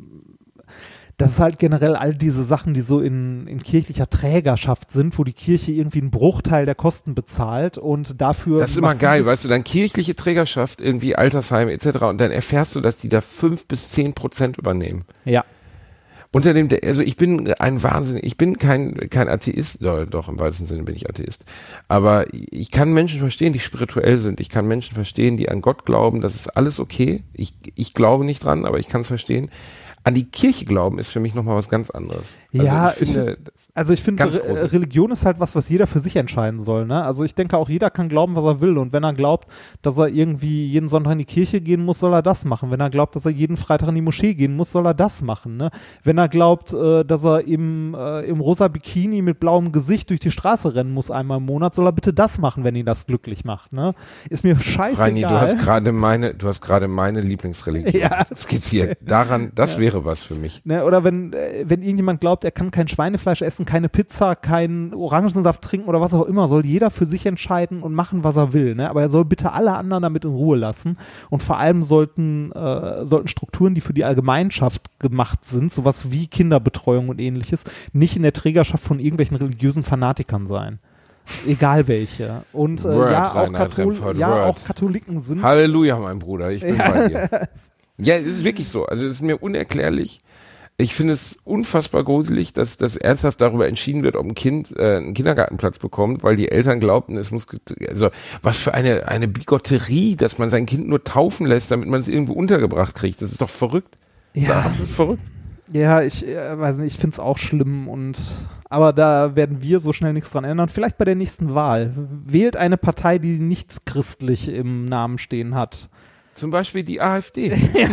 das ist halt generell all diese Sachen, die so in, in kirchlicher Trägerschaft sind, wo die Kirche irgendwie einen Bruchteil der Kosten bezahlt und dafür.
Das ist immer
massives-
geil, weißt du, dann kirchliche Trägerschaft, irgendwie Altersheime et cetera. Und dann erfährst du, dass die da fünf bis zehn Prozent übernehmen.
Ja.
Unter dem, also ich bin ein Wahnsinn, ich bin kein, kein Atheist, doch, doch, im weitesten Sinne bin ich Atheist. Aber ich kann Menschen verstehen, die spirituell sind. Ich kann Menschen verstehen, die an Gott glauben. Das ist alles okay. Ich, ich glaube nicht dran, aber ich kann es verstehen. An die Kirche glauben ist für mich nochmal was ganz anderes. Also
Ja,
ich finde,
Also ich finde,
Ganz
Re
großes.
Religion ist halt was, was jeder für sich entscheiden soll. Ne? Also ich denke auch, jeder kann glauben, was er will. Und wenn er glaubt, dass er irgendwie jeden Sonntag in die Kirche gehen muss, soll er das machen. Wenn er glaubt, dass er jeden Freitag in die Moschee gehen muss, soll er das machen. Ne? Wenn er glaubt, äh, dass er im, äh, im rosa Bikini mit blauem Gesicht durch die Straße rennen muss einmal im Monat, soll er bitte das machen, wenn ihn das glücklich macht. Ne? Ist mir scheißegal.
Reini, du hast gerade meine, du hast gerade meine Lieblingsreligion
Ja.
skizziert. Daran, das wäre was für mich.
Ne, oder wenn, äh, wenn irgendjemand glaubt, er kann kein Schweinefleisch essen, keine Pizza, keinen Orangensaft trinken oder was auch immer, soll jeder für sich entscheiden und machen, was er will. Ne? Aber er soll bitte alle anderen damit in Ruhe lassen. Und vor allem sollten, äh, sollten Strukturen, die für die Allgemeinschaft gemacht sind, sowas wie Kinderbetreuung und ähnliches, nicht in der Trägerschaft von irgendwelchen religiösen Fanatikern sein. Egal welche. Und äh,
Word,
ja, auch,
Reinhard
Kathol
Remford,
ja
Word.
auch Katholiken sind.
Halleluja, mein Bruder, ich bin bei dir. Ja, es ist wirklich so. Also es ist mir unerklärlich. Ich finde es unfassbar gruselig, dass, dass ernsthaft darüber entschieden wird, ob ein Kind äh, einen Kindergartenplatz bekommt, weil die Eltern glaubten, es muss, also was für eine, eine Bigotterie, dass man sein Kind nur taufen lässt, damit man es irgendwo untergebracht kriegt. Das ist doch verrückt. Das ist
Ja.
doch absolut verrückt.
Ja, ich äh, weiß nicht, ich finde es auch schlimm und aber da werden wir so schnell nichts dran ändern. Vielleicht bei der nächsten Wahl. Wählt eine Partei, die nichts christlich im Namen stehen hat.
Zum Beispiel die AfD.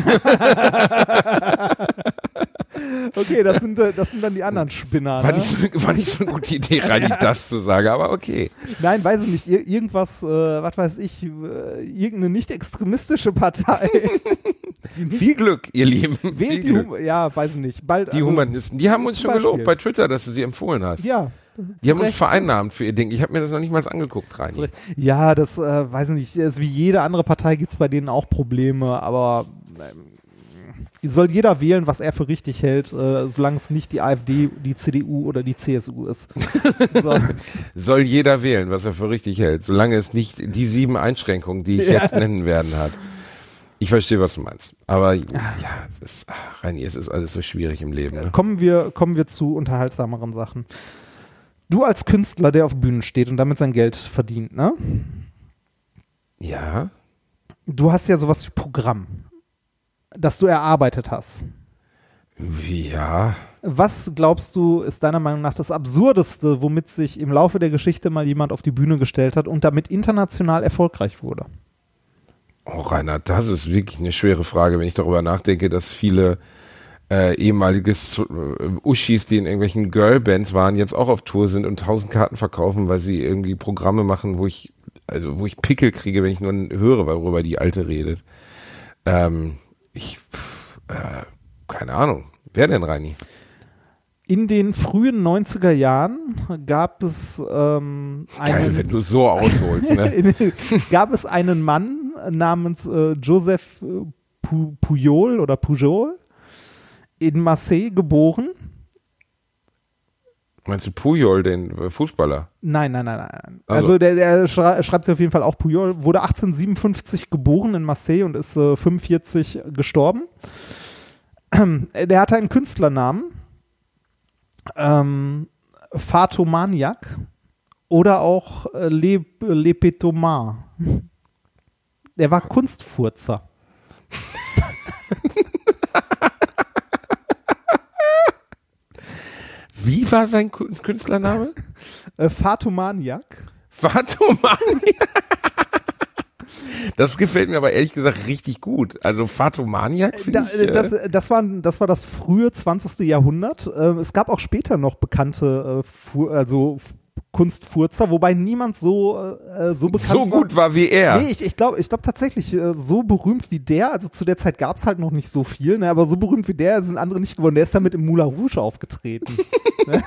Okay, das sind, äh, das sind dann die anderen Spinner.
War
Ne?
nicht, so, war nicht so eine gute Idee, Rani, das zu sagen, aber okay.
Nein, weiß ich nicht. Ir irgendwas, äh, was weiß ich, äh, irgendeine nicht extremistische Partei. die nicht
Viel Glück, ihr Lieben. Viel
wählt die
Glück.
Hum Ja, weiß ich nicht. Bald,
Die
also,
Humanisten, die haben uns
zum
schon gelobt
Beispiel.
bei Twitter, dass du sie empfohlen hast.
Ja.
Die
zu
haben uns
Recht.
vereinnahmt für ihr Ding. Ich habe mir das noch nicht mal angeguckt, Reini.
Zu Recht. Ja, das äh, weiß ich nicht. Das, wie jede andere Partei gibt es bei denen auch Probleme, aber ähm, soll jeder wählen, was er für richtig hält, äh, solange es nicht die AfD, die C D U oder die C S U ist. So.
Soll jeder wählen, was er für richtig hält, solange es nicht die sieben Einschränkungen, die ich
Ja.
jetzt nennen werden, hat. Ich verstehe, was du meinst. Aber ja, es ist, ach, Reini, es ist alles so schwierig im Leben. Ne?
Kommen wir, kommen wir zu unterhaltsameren Sachen. Du als Künstler, der auf Bühnen steht und damit sein Geld verdient, ne?
Ja.
Du hast ja sowas wie Programm, das du erarbeitet hast.
Ja.
Was glaubst du, ist deiner Meinung nach das Absurdeste, womit sich im Laufe der Geschichte mal jemand auf die Bühne gestellt hat und damit international erfolgreich wurde?
Oh, Reinhard, das ist wirklich eine schwere Frage, wenn ich darüber nachdenke, dass viele äh, ehemalige äh, Uschis, die in irgendwelchen Girlbands waren, jetzt auch auf Tour sind und tausend Karten verkaufen, weil sie irgendwie Programme machen, wo ich, also wo ich Pickel kriege, wenn ich nur höre, worüber die Alte redet. Ähm, ich, pff, äh, keine Ahnung. Wer denn, Reini?
In den frühen neunziger Jahren gab es ähm, einen,
Geil, wenn du so ausholst, ne?
gab es einen Mann namens äh, Joseph äh, Pu- Pujol oder Pujol in Marseille geboren.
Meinst du Puyol, den Fußballer?
Nein, nein, nein, nein.
Also,
Also der, der schra- schreibt sich auf jeden Fall auch Pujol, wurde achtzehnhundertsiebenundfünfzig geboren in Marseille und ist äh, fünfundvierzig gestorben. Der hatte einen Künstlernamen, ähm, Fatomaniak oder auch äh, Le, Lepetomar. Der war Kunstfurzer.
Wie war sein Künstlername?
Äh, Fatomaniak.
Fatomaniak. Das gefällt mir aber ehrlich gesagt richtig gut. Also Fatomaniak finde
Da,
ich... Äh
das, das, war, das war das frühe zwanzigste Jahrhundert. Ähm, es gab auch später noch bekannte äh, Fu- also F- Kunstfurzer, wobei niemand so, äh, so bekannt
so gut war wie er.
Nee, ich, ich glaube ich glaub tatsächlich, äh, so berühmt wie der, also zu der Zeit gab es halt noch nicht so viel, ne, aber so berühmt wie der sind andere nicht geworden. Der ist damit im Moulin Rouge aufgetreten. Ne?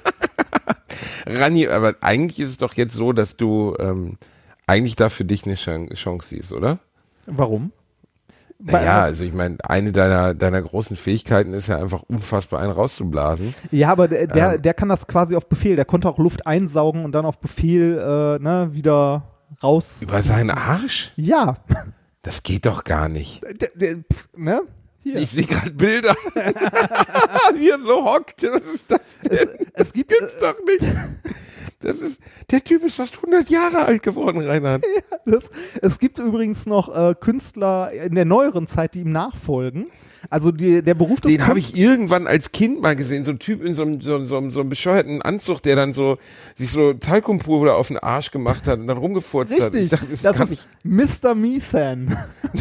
Rani, aber eigentlich ist es doch jetzt so, dass du ähm, eigentlich da für dich eine Chan- Chance siehst, oder?
Warum?
Naja, also ich meine, eine deiner, deiner großen Fähigkeiten ist ja einfach unfassbar einen rauszublasen.
Ja, aber der, der,
Ähm.
der kann das quasi auf Befehl. Der konnte auch Luft einsaugen und dann auf Befehl äh, ne, wieder raus.
Über seinen Arsch?
Ja.
Das geht doch gar nicht.
Der, der, pf, ne? Hier.
Ich sehe gerade Bilder, wie er so hockt. Was ist das denn?
Es, es gibt
Gibt's doch nicht. Das ist, der Typ ist fast hundert Jahre alt geworden, Reinhard.
Das, es gibt übrigens noch äh, Künstler in der neueren Zeit, die ihm nachfolgen. Also die, der Beruf des
Den habe
Kunst-
ich irgendwann als Kind mal gesehen, so ein Typ in so einem, so, einem- so, einem- so einem bescheuerten Anzug, der dann so sich so Talkumpulver auf den Arsch gemacht hat und dann rumgefurzt hat.
Richtig,
Ich dachte, das,
das
kann
ist
nicht.
Mister Methan.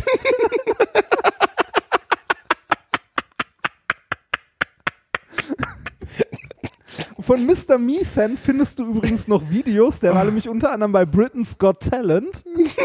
Von Mister Methan findest du übrigens noch Videos, der war nämlich unter anderem bei Britain's Got Talent.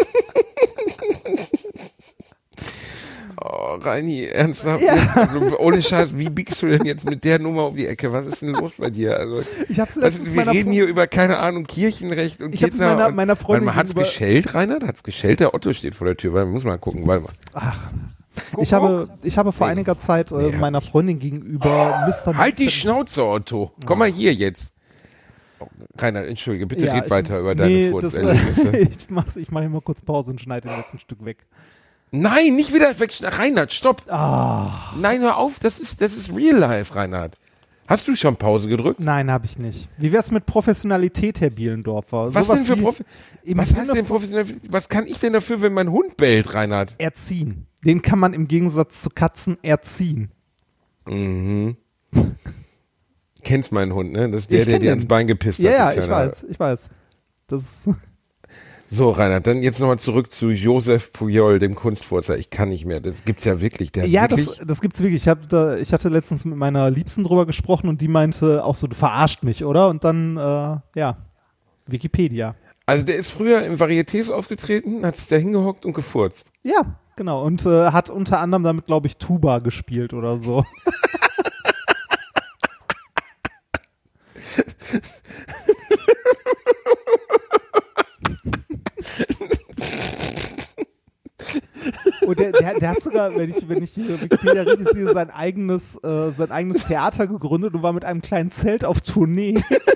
Oh, Reini, ernsthaft?
Ja.
Also, ohne Scheiß, wie biegst du denn jetzt mit der Nummer um die Ecke? Was ist denn los bei dir? Also,
Ich hab's
was
letztens
ist, wir
meiner
reden
Fre-
hier über, keine Ahnung, Kirchenrecht und
Ich hab's
Kinder.
meiner-
und,
meiner Freundin
Warte mal, hat's
gegenüber-
geschellt, Reinhard? Hat's geschellt? Der Otto steht vor der Tür. Warte, muss mal gucken. Warte mal. Guck,
Ich habe,
guck.
ich habe vor
Nee.
einiger Zeit äh,
Nee, hab
meiner Freundin gegenüber Mister
Halt die
Methan-
Schnauze, Otto. Komm mal hier jetzt. Oh, Reinhard, entschuldige, bitte
Ja,
red
ich
weiter
muss-
über
nee,
deine
das,
Furzerlebnisse.
ich mach's, ich mache immer kurz Pause und schneide den letzten Stück weg.
Nein, nicht wieder weg. Reinhard, stopp.
Ah,
Nein, hör auf. Das ist, das ist real life, Reinhard. Hast du schon Pause gedrückt?
nein, habe ich nicht. Wie wär's mit Professionalität, Herr Bielendorfer?
Was
Sowas
denn für
wie
Profi
im
Was
Sinne
heißt denn
von
professionell? Was kann ich denn dafür, wenn mein Hund bellt, Reinhard?
Erziehen. Den kann man im Gegensatz zu Katzen erziehen.
Mhm. Kennst meinen Hund, ne? Das ist der,
Ich
der
kenn
dir
den.
ans Bein gepisst
Ja,
hat.
ja,
du
ich
kleiner-
weiß, ich weiß. Das
So, Reinhard, dann jetzt nochmal zurück zu Joseph Pujol, dem Kunstfurzer. Ich kann nicht mehr. Das gibt's ja wirklich. Der hat
ja,
wirklich
das, das gibt's wirklich. Ich, hab da, ich hatte letztens mit meiner Liebsten drüber gesprochen und die meinte auch so, du verarscht mich, oder? Und dann, äh, ja, Wikipedia.
Also der ist früher im Varietés aufgetreten, hat sich da hingehockt und gefurzt.
Ja, genau. Und äh, hat unter anderem damit, glaube ich, Tuba gespielt oder so. Und der, der, der hat sogar, wenn ich, wenn ich hier Wikipedia richtig sehe, sein eigenes, äh, sein eigenes Theater gegründet und war mit einem kleinen Zelt auf Tournee.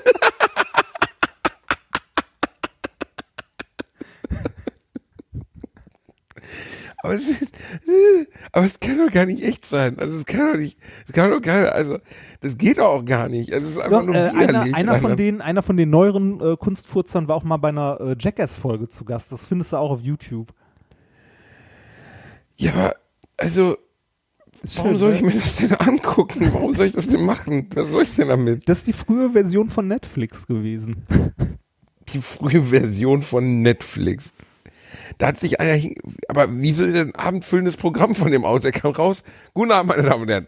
Aber es, ist, aber es kann doch gar nicht echt sein. Also es kann doch nicht, es kann doch gar, also das geht doch auch gar nicht. Also es ist einfach
Doch,
nur
äh, einer,
widerlich.
einer, von
Alter.
den, einer von den neueren äh, Kunstfurzern war auch mal bei einer äh, Jackass-Folge zu Gast. Das findest du auch auf YouTube.
Ja, aber also Warum
schön,
soll
ne?
ich mir das denn angucken? Warum soll ich das denn machen? Was soll ich denn damit?
Das ist die frühe Version von Netflix gewesen.
Die frühe Version von Netflix. Da hat sich einer hin, aber wie soll denn ein abendfüllendes Programm von dem aus? Er kam raus. Guten Abend, meine Damen und Herren.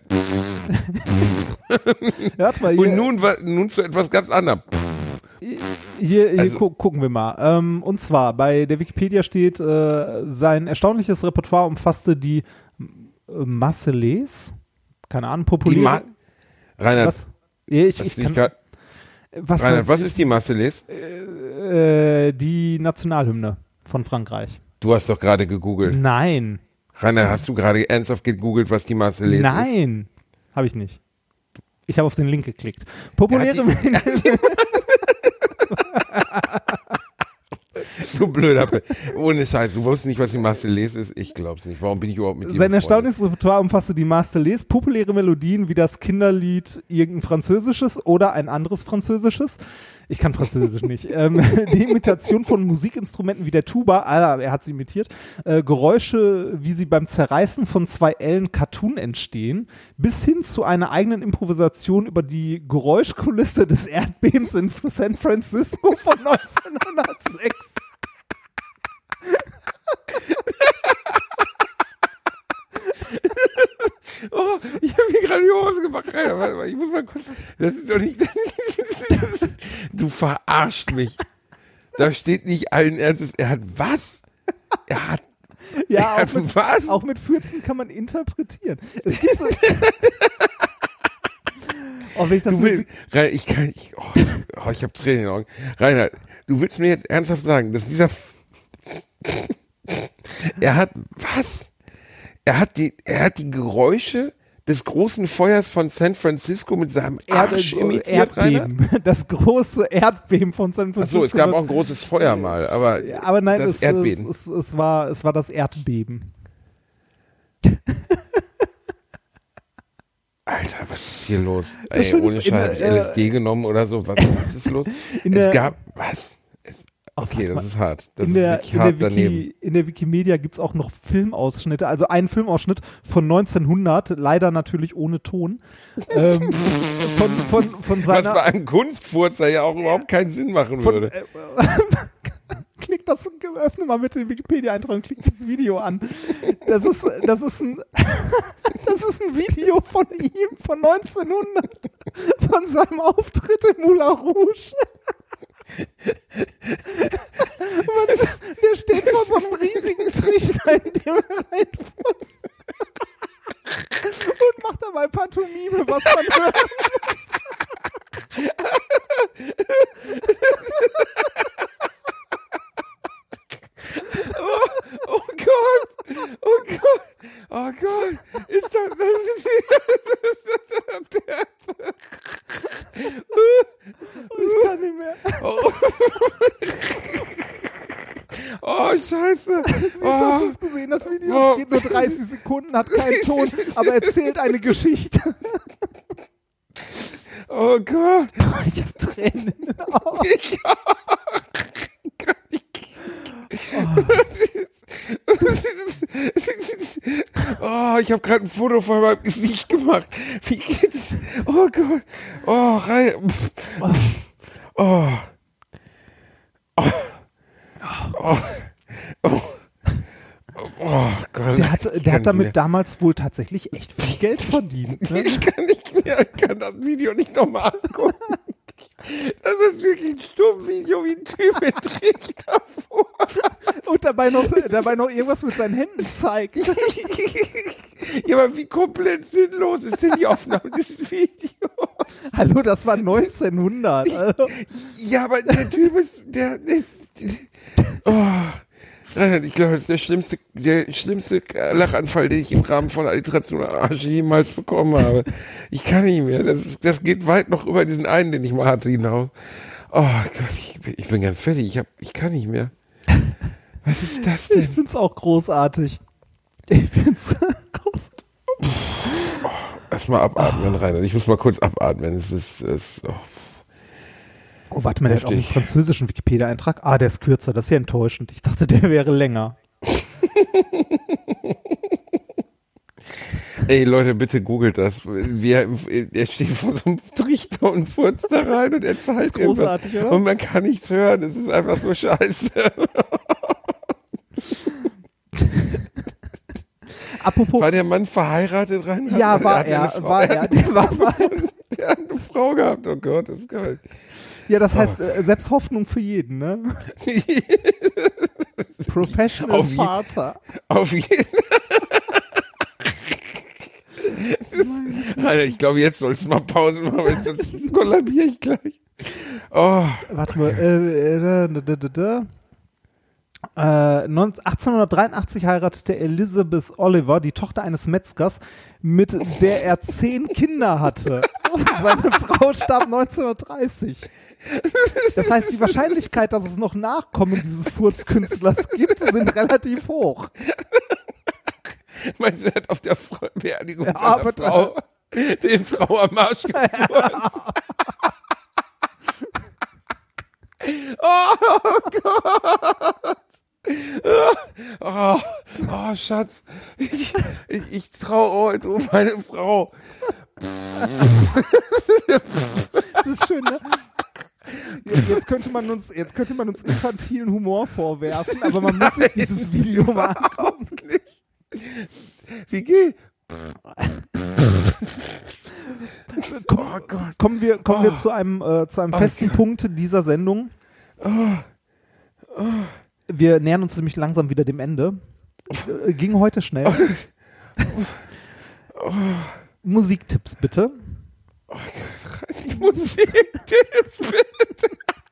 Hört mal, hier,
Und nun, wa- nun zu etwas ganz anderem.
hier, hier
also-
gu gucken wir mal. Ähm, und zwar, bei der Wikipedia steht, äh, sein erstaunliches Repertoire umfasste die äh, Marseillais, keine Ahnung,
Die
populäre.
Ma Reinhard,
was? Ja, ich,
was,
ich
ich
kann,
grad,
was,
Reinhard, was ist die Marseillais?
äh, die Nationalhymne von Frankreich.
Du hast doch gerade gegoogelt.
Nein,
Reinhard, hast du gerade ernsthaft gegoogelt, was die Marseillais ist?
nein, habe ich nicht. Ich habe auf den Link geklickt. Populäre
Du blöder Pe- Ohne Scheiß, du wusstest nicht, was die Marseillais ist? Ich glaub's nicht. Warum bin ich überhaupt mit dir
Sein
befreundet?
erstaunliches Repertoire umfasste die Marseillais, populäre Melodien wie das Kinderlied irgendein französisches oder ein anderes französisches. Ich kann Französisch nicht. Ähm, die Imitation von Musikinstrumenten wie der Tuba, ah, er hat sie imitiert, äh, Geräusche, wie sie beim Zerreißen von zwei Ellen Cartoon entstehen, bis hin zu einer eigenen Improvisation über die Geräuschkulisse des Erdbebens in San Francisco von neunzehnhundertsechs.
Oh, ich habe mir gerade die Hose gemacht. Rainer, warte mal, ich muss mal kurz. Das ist doch nicht. Das ist, du verarscht mich. Da steht nicht allen Ernstes. Er hat was? Er hat.
Ja,
er hat
auch mit,
was?
auch mit Fürzen kann man interpretieren. Es gibt so. Oh, wenn ich das
Du willst, Rainer, ich kann. Ich, oh, oh, ich habe Tränen in den Augen. Rainer, du willst mir jetzt ernsthaft sagen, dass dieser. Er hat was? Er hat die, er hat die Geräusche des großen Feuers von San Francisco mit seinem Arsch
Erde,
imitiert, Rainer?
Erdbeben. Das große Erdbeben von San Francisco.
Achso, es gab auch ein großes Feuer mal, aber,
Ja, aber nein,
das
es,
Erdbeben.
Es, es, es, war, es war das Erdbeben.
Alter, was ist hier los?
Das
Ey,
Schöne
ohne
ist, in
Scheiß,
der,
hab ich
äh,
L S D genommen oder so? Was, was ist los?
In
es
der-
gab, was? Es,
Oh,
okay,
warte
das
mal.
ist hart. Das
in,
ist
der,
wirklich
in,
hart
der
daneben.
Wiki, in der Wikimedia gibt es auch noch Filmausschnitte, also einen Filmausschnitt von neunzehnhundert, leider natürlich ohne Ton, ähm, von, von, von
Was
seiner...
bei einem Kunstfurzer ja auch überhaupt keinen Sinn machen
Von,
würde.
äh, klick das, öffne mal bitte den Wikipedia-Eintrag und klick das Video an. Das ist, das ist ein, das ist ein Video von ihm von neunzehnhundert, von seinem Auftritt im Moulin Rouge. Man, der steht vor so einem riesigen Trichter, in dem er reinfurzt. Und macht dabei Pantomime, was man hören muss.
Oh, oh Gott! Oh Gott! Oh Gott! Ist das, das ist, das ist der,
Ich kann nicht mehr.
oh. Oh, scheiße.
Siehst du,
Oh.
hast du es gesehen, das Video?
Oh.
Es geht nur dreißig Sekunden, hat keinen Ton, aber erzählt eine Geschichte.
Oh Gott.
Ich habe Tränen in den Augen.
Ich auch. Oh, ich habe gerade ein Foto von meinem Gesicht gemacht. Wie geht's? Oh Gott. Oh, rein. Oh. Oh. Oh. Oh. Oh. Oh Gott.
Der hat,
Ich
der
kann
hat damit
nicht mehr.
damals wohl tatsächlich echt viel Geld verdient. Ne?
Ich kann nicht mehr, ich kann das Video nicht nochmal angucken. Das ist wirklich ein Stummvideo, wie ein Typ mit Trichter vor.
Und dabei noch, dabei noch irgendwas mit seinen Händen zeigt.
Ja, aber wie komplett sinnlos ist denn die Aufnahme dieses Videos?
Hallo, das war neunzehnhundert. Also,
Ja, aber der Typ ist, der, der, der oh, ich glaube, das ist der schlimmste, der schlimmste Lachanfall, den ich im Rahmen von Alliteration Arsch jemals bekommen habe. Ich kann nicht mehr. Das, ist, das geht weit noch über diesen einen, den ich mal hatte, hinaus. Oh Gott, ich, bin- ich bin ganz fertig. Ich hab, ich kann nicht mehr. Was ist das
ich
denn?
find's auch großartig. Ich find's großartig.
Erstmal abatmen, Rainer. Ich muss mal kurz abatmen. Es ist, es, oh.
Oh, warte mal, der hat auch einen
Heftig.
französischen Wikipedia-Eintrag. Ah, der ist kürzer, das ist ja enttäuschend. Ich dachte, der wäre länger.
Ey Leute, bitte googelt das. Wir, er steht vor so einem Trichter und furzt da rein und er zeigt
Das ist großartig,
irgendwas.
oder?
Und man kann nichts hören. Es ist einfach so scheiße.
Apropos,
War der Mann verheiratet rein?
ja, war
Hat
er,
eine Frau-
war er. Der war, war er.
Der hat eine Frau gehabt. Oh Gott, das ist geil.
Ja, das heißt, äh, selbst Hoffnung für jeden, ne? Professional
Auf je-
Vater.
Auf jeden Alter, ich glaube, jetzt sollst du mal Pause machen, weil sonst kollabiere ich gleich. Oh,
Warte mal, äh, äh, da, da, da, da. Äh, achtzehnhundertdreiundachtzig heiratete Elizabeth Oliver, die Tochter eines Metzgers, mit der er zehn Kinder hatte. Und seine Frau starb neunzehnhundertdreißig. Das heißt, die Wahrscheinlichkeit, dass es noch Nachkommen dieses Furzkünstlers gibt, sind relativ hoch.
meinst du, er hat auf der Fra- Beerdigung
Ja,
seiner
aber-
Frau den Trauermarsch gefurzt? Oh Gott! Oh, oh Schatz, ich, ich, ich traue heute um meine Frau.
Das ist schön, ne? Jetzt könnte man uns, jetzt könnte man uns infantilen Humor vorwerfen, aber man muss sich dieses Video mal angucken.
Wie geht?
Komm,
Oh Gott.
kommen wir, kommen wir zu einem, äh, zu einem
Oh
festen
Gott.
Punkt dieser Sendung. Wir nähern uns nämlich langsam wieder dem Ende. Äh, Ging heute schnell. Musiktipps bitte.
Die Musik, das bitte.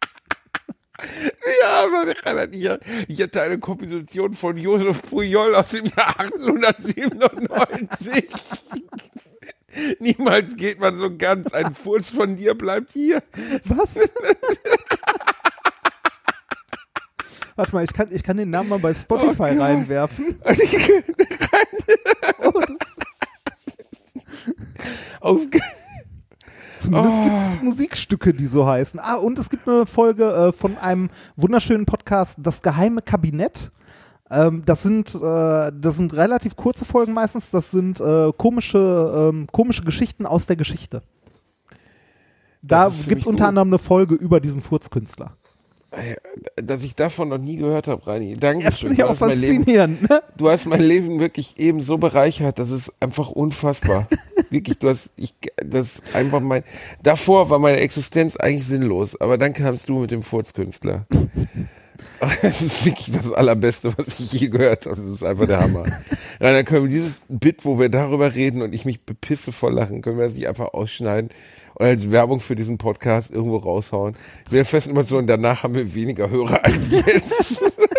Ja, aber Reinhard, ich, ich hatte eine Komposition von Josef Pujol aus dem Jahr achtzehnhundertsiebenundneunzig. Niemals geht man so ganz. Ein Furz von dir bleibt hier.
Was? Warte mal, ich kann, ich kann den Namen mal bei Spotify
Oh Gott.
reinwerfen. Oh, das,
Auf,
zumindest
Oh.
gibt es Musikstücke, die so heißen. Ah, und es gibt eine Folge äh, von einem wunderschönen Podcast, Das geheime Kabinett. Ähm, das sind, äh, das sind relativ kurze Folgen meistens. Das sind äh, komische, ähm, komische Geschichten aus der Geschichte. Da
Das ist
gibt es
ziemlich
unter
gut.
anderem eine Folge über diesen Furzkünstler.
dass ich davon noch nie gehört habe, Reini.
Ja,
Dankeschön.
finde ich
Du
auch
hast mein Leben,
faszinierend. Ne?
du hast mein Leben wirklich eben so bereichert, das ist einfach unfassbar. Wirklich, du hast, ich, das ist einfach mein, davor war meine Existenz eigentlich sinnlos, aber dann kamst du mit dem Furzkünstler. Das ist wirklich das Allerbeste, was ich je gehört habe. Das ist einfach der Hammer. Ja, dann können wir dieses Bit, wo wir darüber reden und ich mich bepisse vor Lachen, können wir das nicht einfach ausschneiden und als Werbung für diesen Podcast irgendwo raushauen. Wir festen immer so, und danach haben wir weniger Hörer als jetzt.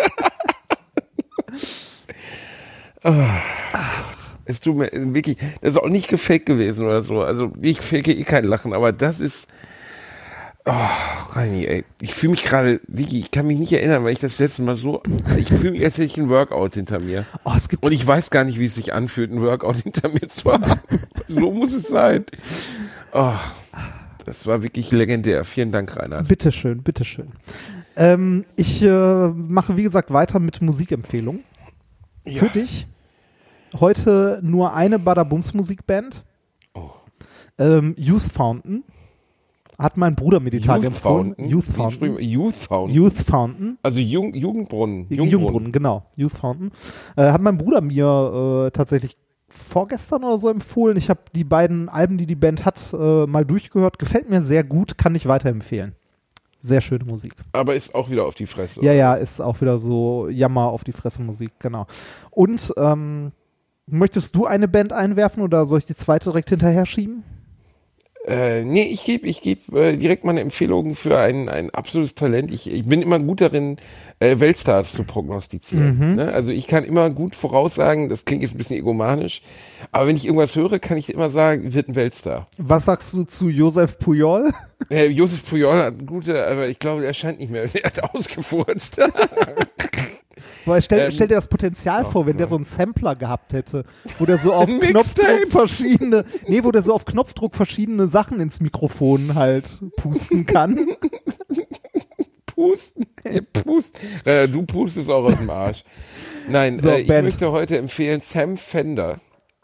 Oh, es tut mir wirklich, das ist auch nicht gefaked gewesen oder so. Also ich fake eh kein Lachen, aber das ist, oh, Reini, ey, ich fühle mich gerade, wirklich, ich kann mich nicht erinnern, weil ich das letzte Mal so, ich fühle mich, als hätte ich ein Workout hinter mir.
Oh, es gibt
Und ich weiß gar nicht, wie es sich anfühlt, ein Workout hinter mir zu haben. So muss es sein. Oh, das war wirklich legendär. Vielen Dank, Reinhard.
Bitteschön, bitteschön. Ähm, ich äh, mache, wie gesagt, weiter mit Musikempfehlungen.
Ja.
Für dich. Heute nur eine Badabums-Musikband.
Oh.
Ähm, Youth Fountain. Hat mein Bruder mir die Tage empfohlen.
Fountain?
Youth
Wie spricht
Fountain.
man? Youth Fountain.
Youth Fountain.
Also Jung, Jugendbrunnen.
Jungbrunnen, genau. Youth Fountain. Äh, hat mein Bruder mir äh, tatsächlich vorgestern oder so empfohlen. Ich habe die beiden Alben, die die Band hat, äh, mal durchgehört. Gefällt mir sehr gut, kann ich weiterempfehlen. Sehr schöne Musik.
Aber ist auch wieder auf die Fresse.
Ja, ja, ist auch wieder so Jammer auf die Fresse Musik, genau. Und ähm, möchtest du eine Band einwerfen oder soll ich die zweite direkt hinterher schieben?
Äh, nee, ich gebe ich geb, äh, direkt mal eine Empfehlung für ein, ein absolutes Talent. Ich, ich bin immer gut darin, äh, Weltstars zu prognostizieren.
Mhm.
Ne? Also ich kann immer gut voraussagen, das klingt jetzt ein bisschen egomanisch, aber wenn ich irgendwas höre, kann ich immer sagen, wird ein Weltstar.
Was sagst du zu Josef Pujol?
Äh, Josef Pujol hat gute, aber ich glaube, er scheint nicht mehr. Er hat ausgefurzt.
Weil stell,
Ähm,
stell dir das Potenzial
oh
vor, wenn der
Gott.
so einen Sampler gehabt hätte, wo der so auf
Ein
Knopfdruck
Mixtape.
verschiedene, nee, wo der so auf Knopfdruck verschiedene Sachen ins Mikrofon halt pusten kann.
Pusten. Ihr pust. Äh, du pustest auch aus dem Arsch. Nein,
So,
äh, ich
Band.
möchte heute empfehlen Sam Fender.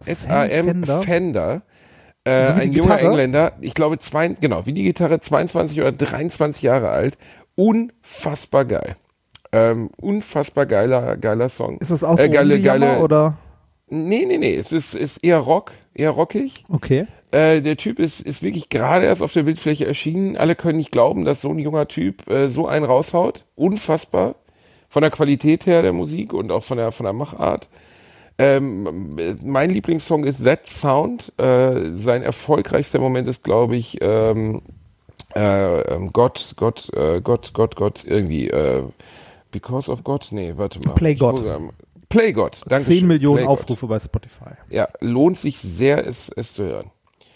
S A M
Fender.
Fender. Äh,
So wie die
ein junger
Gitarre?
Engländer, ich glaube, zwei, genau, wie die Gitarre, zweiundzwanzig oder dreiundzwanzig Jahre alt. Unfassbar geil. Ähm, unfassbar geiler, geiler Song.
Ist das auch so
äh, geile,
Ungejammer,
geile,
oder?
Nee, nee, nee, es ist, ist eher Rock, eher rockig.
Okay.
Äh, der Typ ist, ist wirklich gerade erst auf der Bildfläche erschienen. Alle können nicht glauben, dass so ein junger Typ äh, so einen raushaut. Unfassbar. Von der Qualität her der Musik und auch von der, von der Machart. Ähm, mein Lieblingssong ist That Sound. Äh, sein erfolgreichster Moment ist, glaube ich, ähm, äh, Gott, Gott, äh, Gott, Gott, Gott, irgendwie, äh, Because of God? Nee, warte mal.
Play
Ich
God.
muss, ähm, Play God, danke
zehn
schön.
Millionen
Play God.
Aufrufe bei Spotify.
Ja, lohnt sich sehr, es, es zu hören.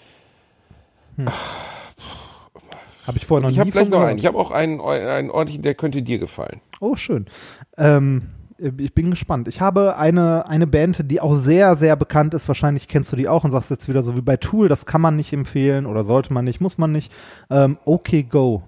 Habe ich vorher noch
Ich
nie
habe gleich
von
noch
gehört.
einen. Ich habe auch einen, einen ordentlichen, der könnte dir gefallen.
Oh, schön. Ähm, ich bin gespannt. Ich habe eine, eine Band, die auch sehr, sehr bekannt ist. Wahrscheinlich kennst du die auch und sagst jetzt wieder so wie bei Tool, das kann man nicht empfehlen oder sollte man nicht, muss man nicht. Ähm, Okay Go.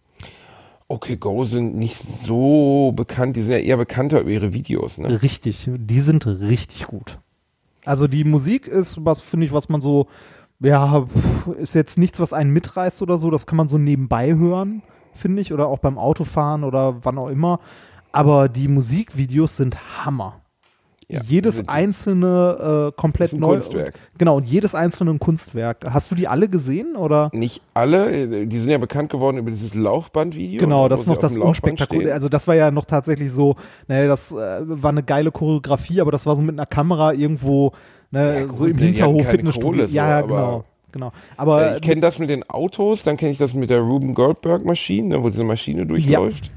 Okay Go sind nicht so bekannt, die sind ja eher bekannter über ihre Videos, ne?
Richtig, die sind richtig gut. Also die Musik ist was, finde ich, was man so, ja, pff, ist jetzt nichts, was einen mitreißt oder so, das kann man so nebenbei hören, finde ich, oder auch beim Autofahren oder wann auch immer. Aber die Musikvideos sind Hammer.
Ja,
jedes
sind die.
einzelne äh, komplett
Ist ein
neu.
Kunstwerk.
Genau, und jedes einzelne ein Kunstwerk. Hast du die alle gesehen oder?
Nicht alle, die sind ja bekannt geworden über dieses Laufbandvideo.
Genau,
wo
das ist
sie
noch
auf
das
dem Laufband
Unspektakuläre.
stehen.
Also das war ja noch tatsächlich so, ne, das äh, war eine geile Choreografie, aber das war so mit einer Kamera irgendwo, ne,
Ja, gut,
so im
ne, die hatten
Hinterhof
keine
Fitnessstudio.
Kohle, so,
ja, ja,
aber-
genau. Genau. Aber
Äh, ich kenne das mit den Autos, dann kenne ich das mit der Ruben Goldberg Maschine, ne, wo diese Maschine durchläuft.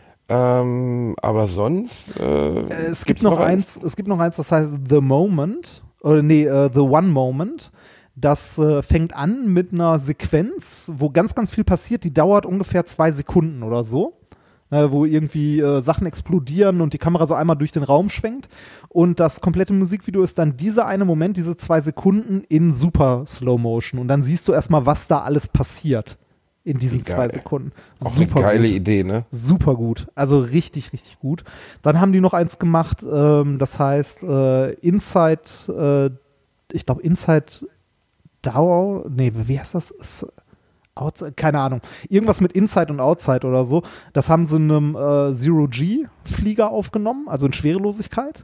Ähm, aber sonst äh,
äh, es gibt
gibt's
noch eins, es gibt noch eins, das heißt The Moment, oder nee, äh, The One Moment. Das äh, fängt an mit einer Sequenz, wo ganz, ganz viel passiert, die dauert ungefähr zwei Sekunden oder so. Äh, wo irgendwie äh, Sachen explodieren und die Kamera so einmal durch den Raum schwenkt. Und das komplette Musikvideo ist dann dieser eine Moment, diese zwei Sekunden in super Slow Motion. Und dann siehst du erstmal, was da alles passiert in diesen
Wie geil.
zwei Sekunden.
Auch
Super
eine geile
gut.
Idee, ne?
Super gut. Also richtig, richtig gut. Dann haben die noch eins gemacht, ähm, das heißt äh, Inside, äh, ich glaube Inside Dauer, nee, wie heißt das? Ist, Outside, keine Ahnung. Irgendwas mit Inside und Outside oder so. Das haben sie in einem äh, Zero-G-Flieger aufgenommen, also in Schwerelosigkeit.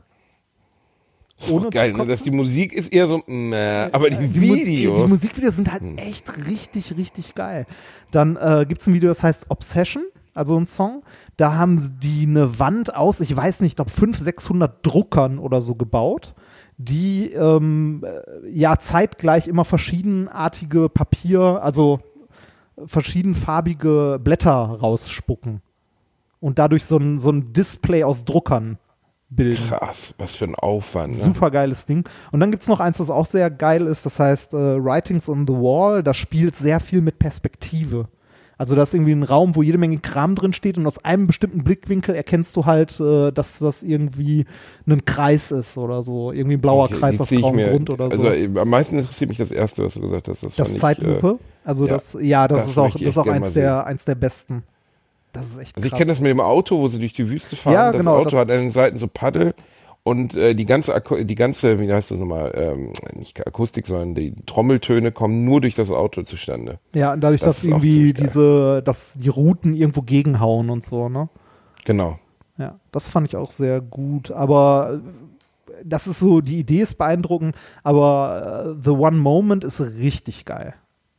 Ist auch
Ohne
geil,
zu
ne? Dass
kotzen.
die Musik ist eher so, meh, aber die,
Die Mu-
Videos.
Die Musikvideos sind halt echt richtig, richtig geil. Dann äh, gibt es ein Video, das heißt Obsession, also ein Song. Da haben die eine Wand aus, ich weiß nicht, ich glaube fünfhundert, sechshundert Druckern oder so gebaut, die ähm, äh, ja zeitgleich immer verschiedenartige Papier, also verschiedenfarbige Blätter rausspucken und dadurch so ein, so ein Display aus Druckern bilden.
Krass, was für ein Aufwand. Ne?
Super geiles Ding. Und dann gibt es noch eins, das auch sehr geil ist, das heißt äh, Writings on the Wall. Das spielt sehr viel mit Perspektive. Also da ist irgendwie ein Raum, wo jede Menge Kram drin steht und aus einem bestimmten Blickwinkel erkennst du halt, äh, dass das irgendwie ein Kreis ist oder so. Irgendwie ein blauer
Okay,
Kreis
die
auf
zieh ich
grauem
mir-
Grund oder so.
Also äh, am meisten interessiert mich das erste, was du gesagt hast. Das,
Das
fand ich,
Zeitlupe.
Äh,
also
ja,
das, ja, das,
das
ist auch,
möchte ich
das ist
echt
auch
gern
eins
mal
der, eins der besten. Das ist echt
also ich
krass.
kenne das mit dem Auto, wo sie durch die Wüste fahren.
Ja,
das
genau,
Auto
das-
hat an den Seiten so Paddel und äh, die ganze, Aku- die ganze, wie heißt das nochmal, ähm, nicht Akustik, sondern die Trommeltöne kommen nur durch das Auto zustande.
Ja, und dadurch,
das
dass
ist auch
irgendwie
ziemlich geil.
diese, dass die Routen irgendwo gegenhauen und so, ne?
Genau.
Ja, das fand ich auch sehr gut. Aber äh, das ist so, die Idee ist beeindruckend, aber äh, The One Moment ist richtig geil.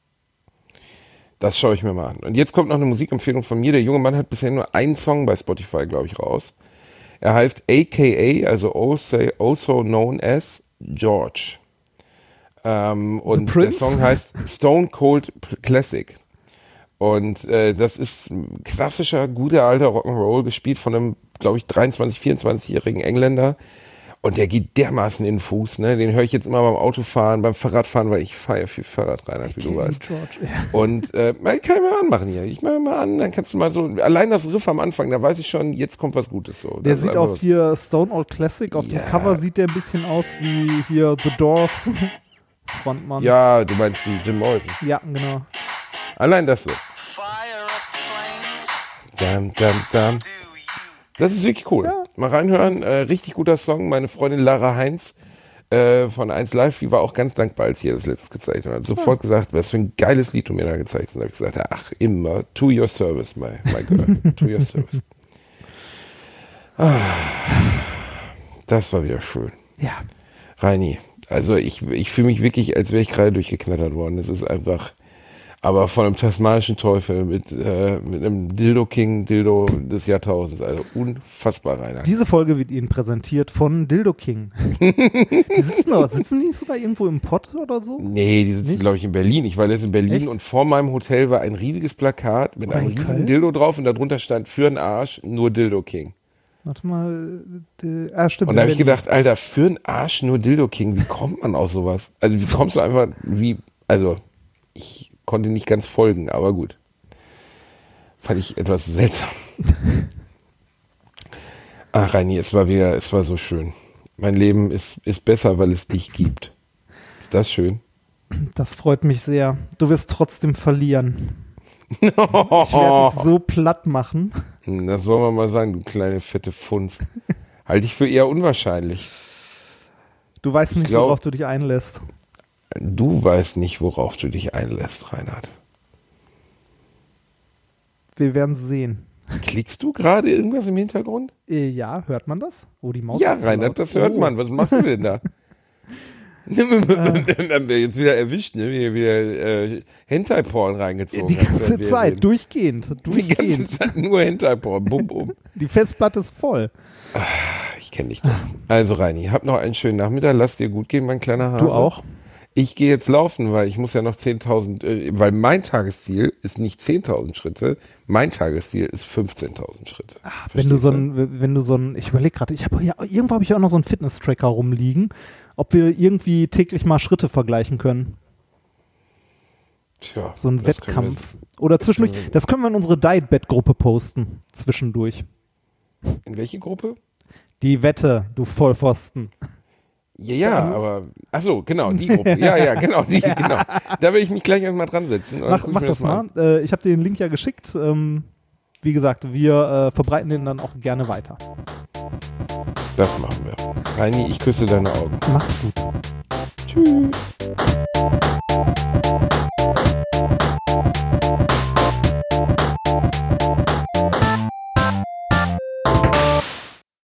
Das schaue ich mir mal an. Und jetzt kommt noch eine Musikempfehlung von mir. Der junge Mann hat bisher nur einen Song bei Spotify, glaube ich, raus. Er heißt A K A, also also, also known as George. Ähm, und der
Prince?
Song heißt Stone Cold P- Classic. Und äh, das ist ein klassischer, guter alter Rock'n'Roll, gespielt von einem, glaube ich, dreiundzwanzig-, vierundzwanzigjährigen Engländer. Und der geht dermaßen in den Fuß, ne? Den höre ich jetzt immer beim Autofahren, beim Fahrradfahren, weil ich fahre ja viel Fahrrad rein, wie du weißt.
George. Ja.
Und äh, man kann ich mal anmachen hier. Ich mache mal an, dann kannst du mal so, allein das Riff am Anfang, da weiß ich schon, jetzt kommt was Gutes so.
Der
Das ist
sieht
einfach
auf
was-
hier Stone Old Classic, auf
Ja.
dem Cover sieht der ein bisschen aus wie hier The Doors Frontmann.
Ja, du meinst wie Jim Morrison.
Ja, genau.
Allein das so.
Fire up flames.
Dam, dam, dam.
Do you?
Das ist wirklich cool.
Ja.
Mal reinhören. Äh, richtig guter Song. Meine Freundin Lara Heinz äh, von eins Live, die war auch ganz dankbar, als ich ihr das letztes gezeigt habe. Hat sofort gesagt, was für ein geiles Lied du mir da gezeigt hast. Und habe ich gesagt, ach, immer, to your service, my, my girl, to your service. Ah, das war wieder schön.
Ja.
Reini, also ich, ich fühle mich wirklich, als wäre ich gerade durchgeknattert worden. Das ist einfach, aber von einem tasmanischen Teufel mit, äh, mit einem Dildo King, Dildo des Jahrtausends. Also unfassbar, Rainer.
Diese Folge wird Ihnen präsentiert von Dildo King. Die sitzen aber, sitzen die nicht sogar irgendwo im Pott oder so?
Nee, die sitzen, glaube ich, in Berlin. Ich war letztens in Berlin
Echt?
und vor meinem Hotel war ein riesiges Plakat mit
Oder
einem
in
riesigen
Köln?
Dildo drauf und darunter stand für den Arsch nur Dildo King.
Warte mal, die, ah, stimmt.
Und da habe ich
Berlin.
gedacht, Alter, für den Arsch nur Dildo King, wie kommt man aus sowas? Also wie kommst du einfach, wie, also ich konnte nicht ganz folgen, aber gut. Fand ich etwas seltsam. Ach, Reini, es war wieder, es war so schön. Mein Leben ist, ist besser, weil es dich gibt. Ist das schön?
Das freut mich sehr. Du wirst trotzdem verlieren. Ich werde dich so platt machen.
Das wollen wir mal sagen, du kleine fette Funz. Halte ich für eher unwahrscheinlich.
Du weißt
Ich
nicht,
glaub-
worauf du dich einlässt.
Du weißt nicht, worauf du dich einlässt, Reinhard.
Wir werden sehen.
Klickst du gerade irgendwas im Hintergrund?
Äh, ja, hört man das? Oh, die Maus
Ja,
ist zu
Reinhard,
laut.
das hört
Oh.
man. Was machst du denn da? Dann haben wir jetzt wieder erwischt, ne? Wieder, wieder äh, Hentai-Porn reingezogen.
Die ganze
während wir
Zeit,
reden.
durchgehend,
Die ganze
durchgehend.
Zeit nur Hentai-Porn. Bum, bum.
Die Festplatte ist voll.
Ich kenne dich doch. Also Reini, hab noch einen schönen Nachmittag. Lass dir gut gehen, mein kleiner Hase.
Du auch?
Ich gehe jetzt laufen, weil ich muss ja noch zehntausend, äh, weil mein Tagesziel ist nicht zehntausend Schritte, mein Tagesziel ist fünfzehntausend Schritte.
Wenn du
Verstehst
so ein, wenn du so ein, ich überlege gerade, ich habe ja, irgendwo habe ich auch noch so einen Fitness-Tracker rumliegen, ob wir irgendwie täglich mal Schritte vergleichen können.
Tja,
So ein
das können
Wettkampf. Oder zwischendurch,
können wir-
das können wir in unsere Diet-Bet-Gruppe posten. Zwischendurch.
wir- In welche Gruppe?
Die Wette, du Vollpfosten.
Ja, ja, aber, ach so, genau, die Gruppe. Ja, ja, genau, die, genau. Da will ich mich gleich erstmal dran setzen. und dann
Mach,
guck ich
mach
mir
das mal.
an.
Äh, ich habe dir den Link ja geschickt. Ähm, wie gesagt, wir äh, verbreiten den dann auch gerne weiter.
Das machen wir. Reini, ich küsse deine Augen.
Mach's gut.
Tschüss.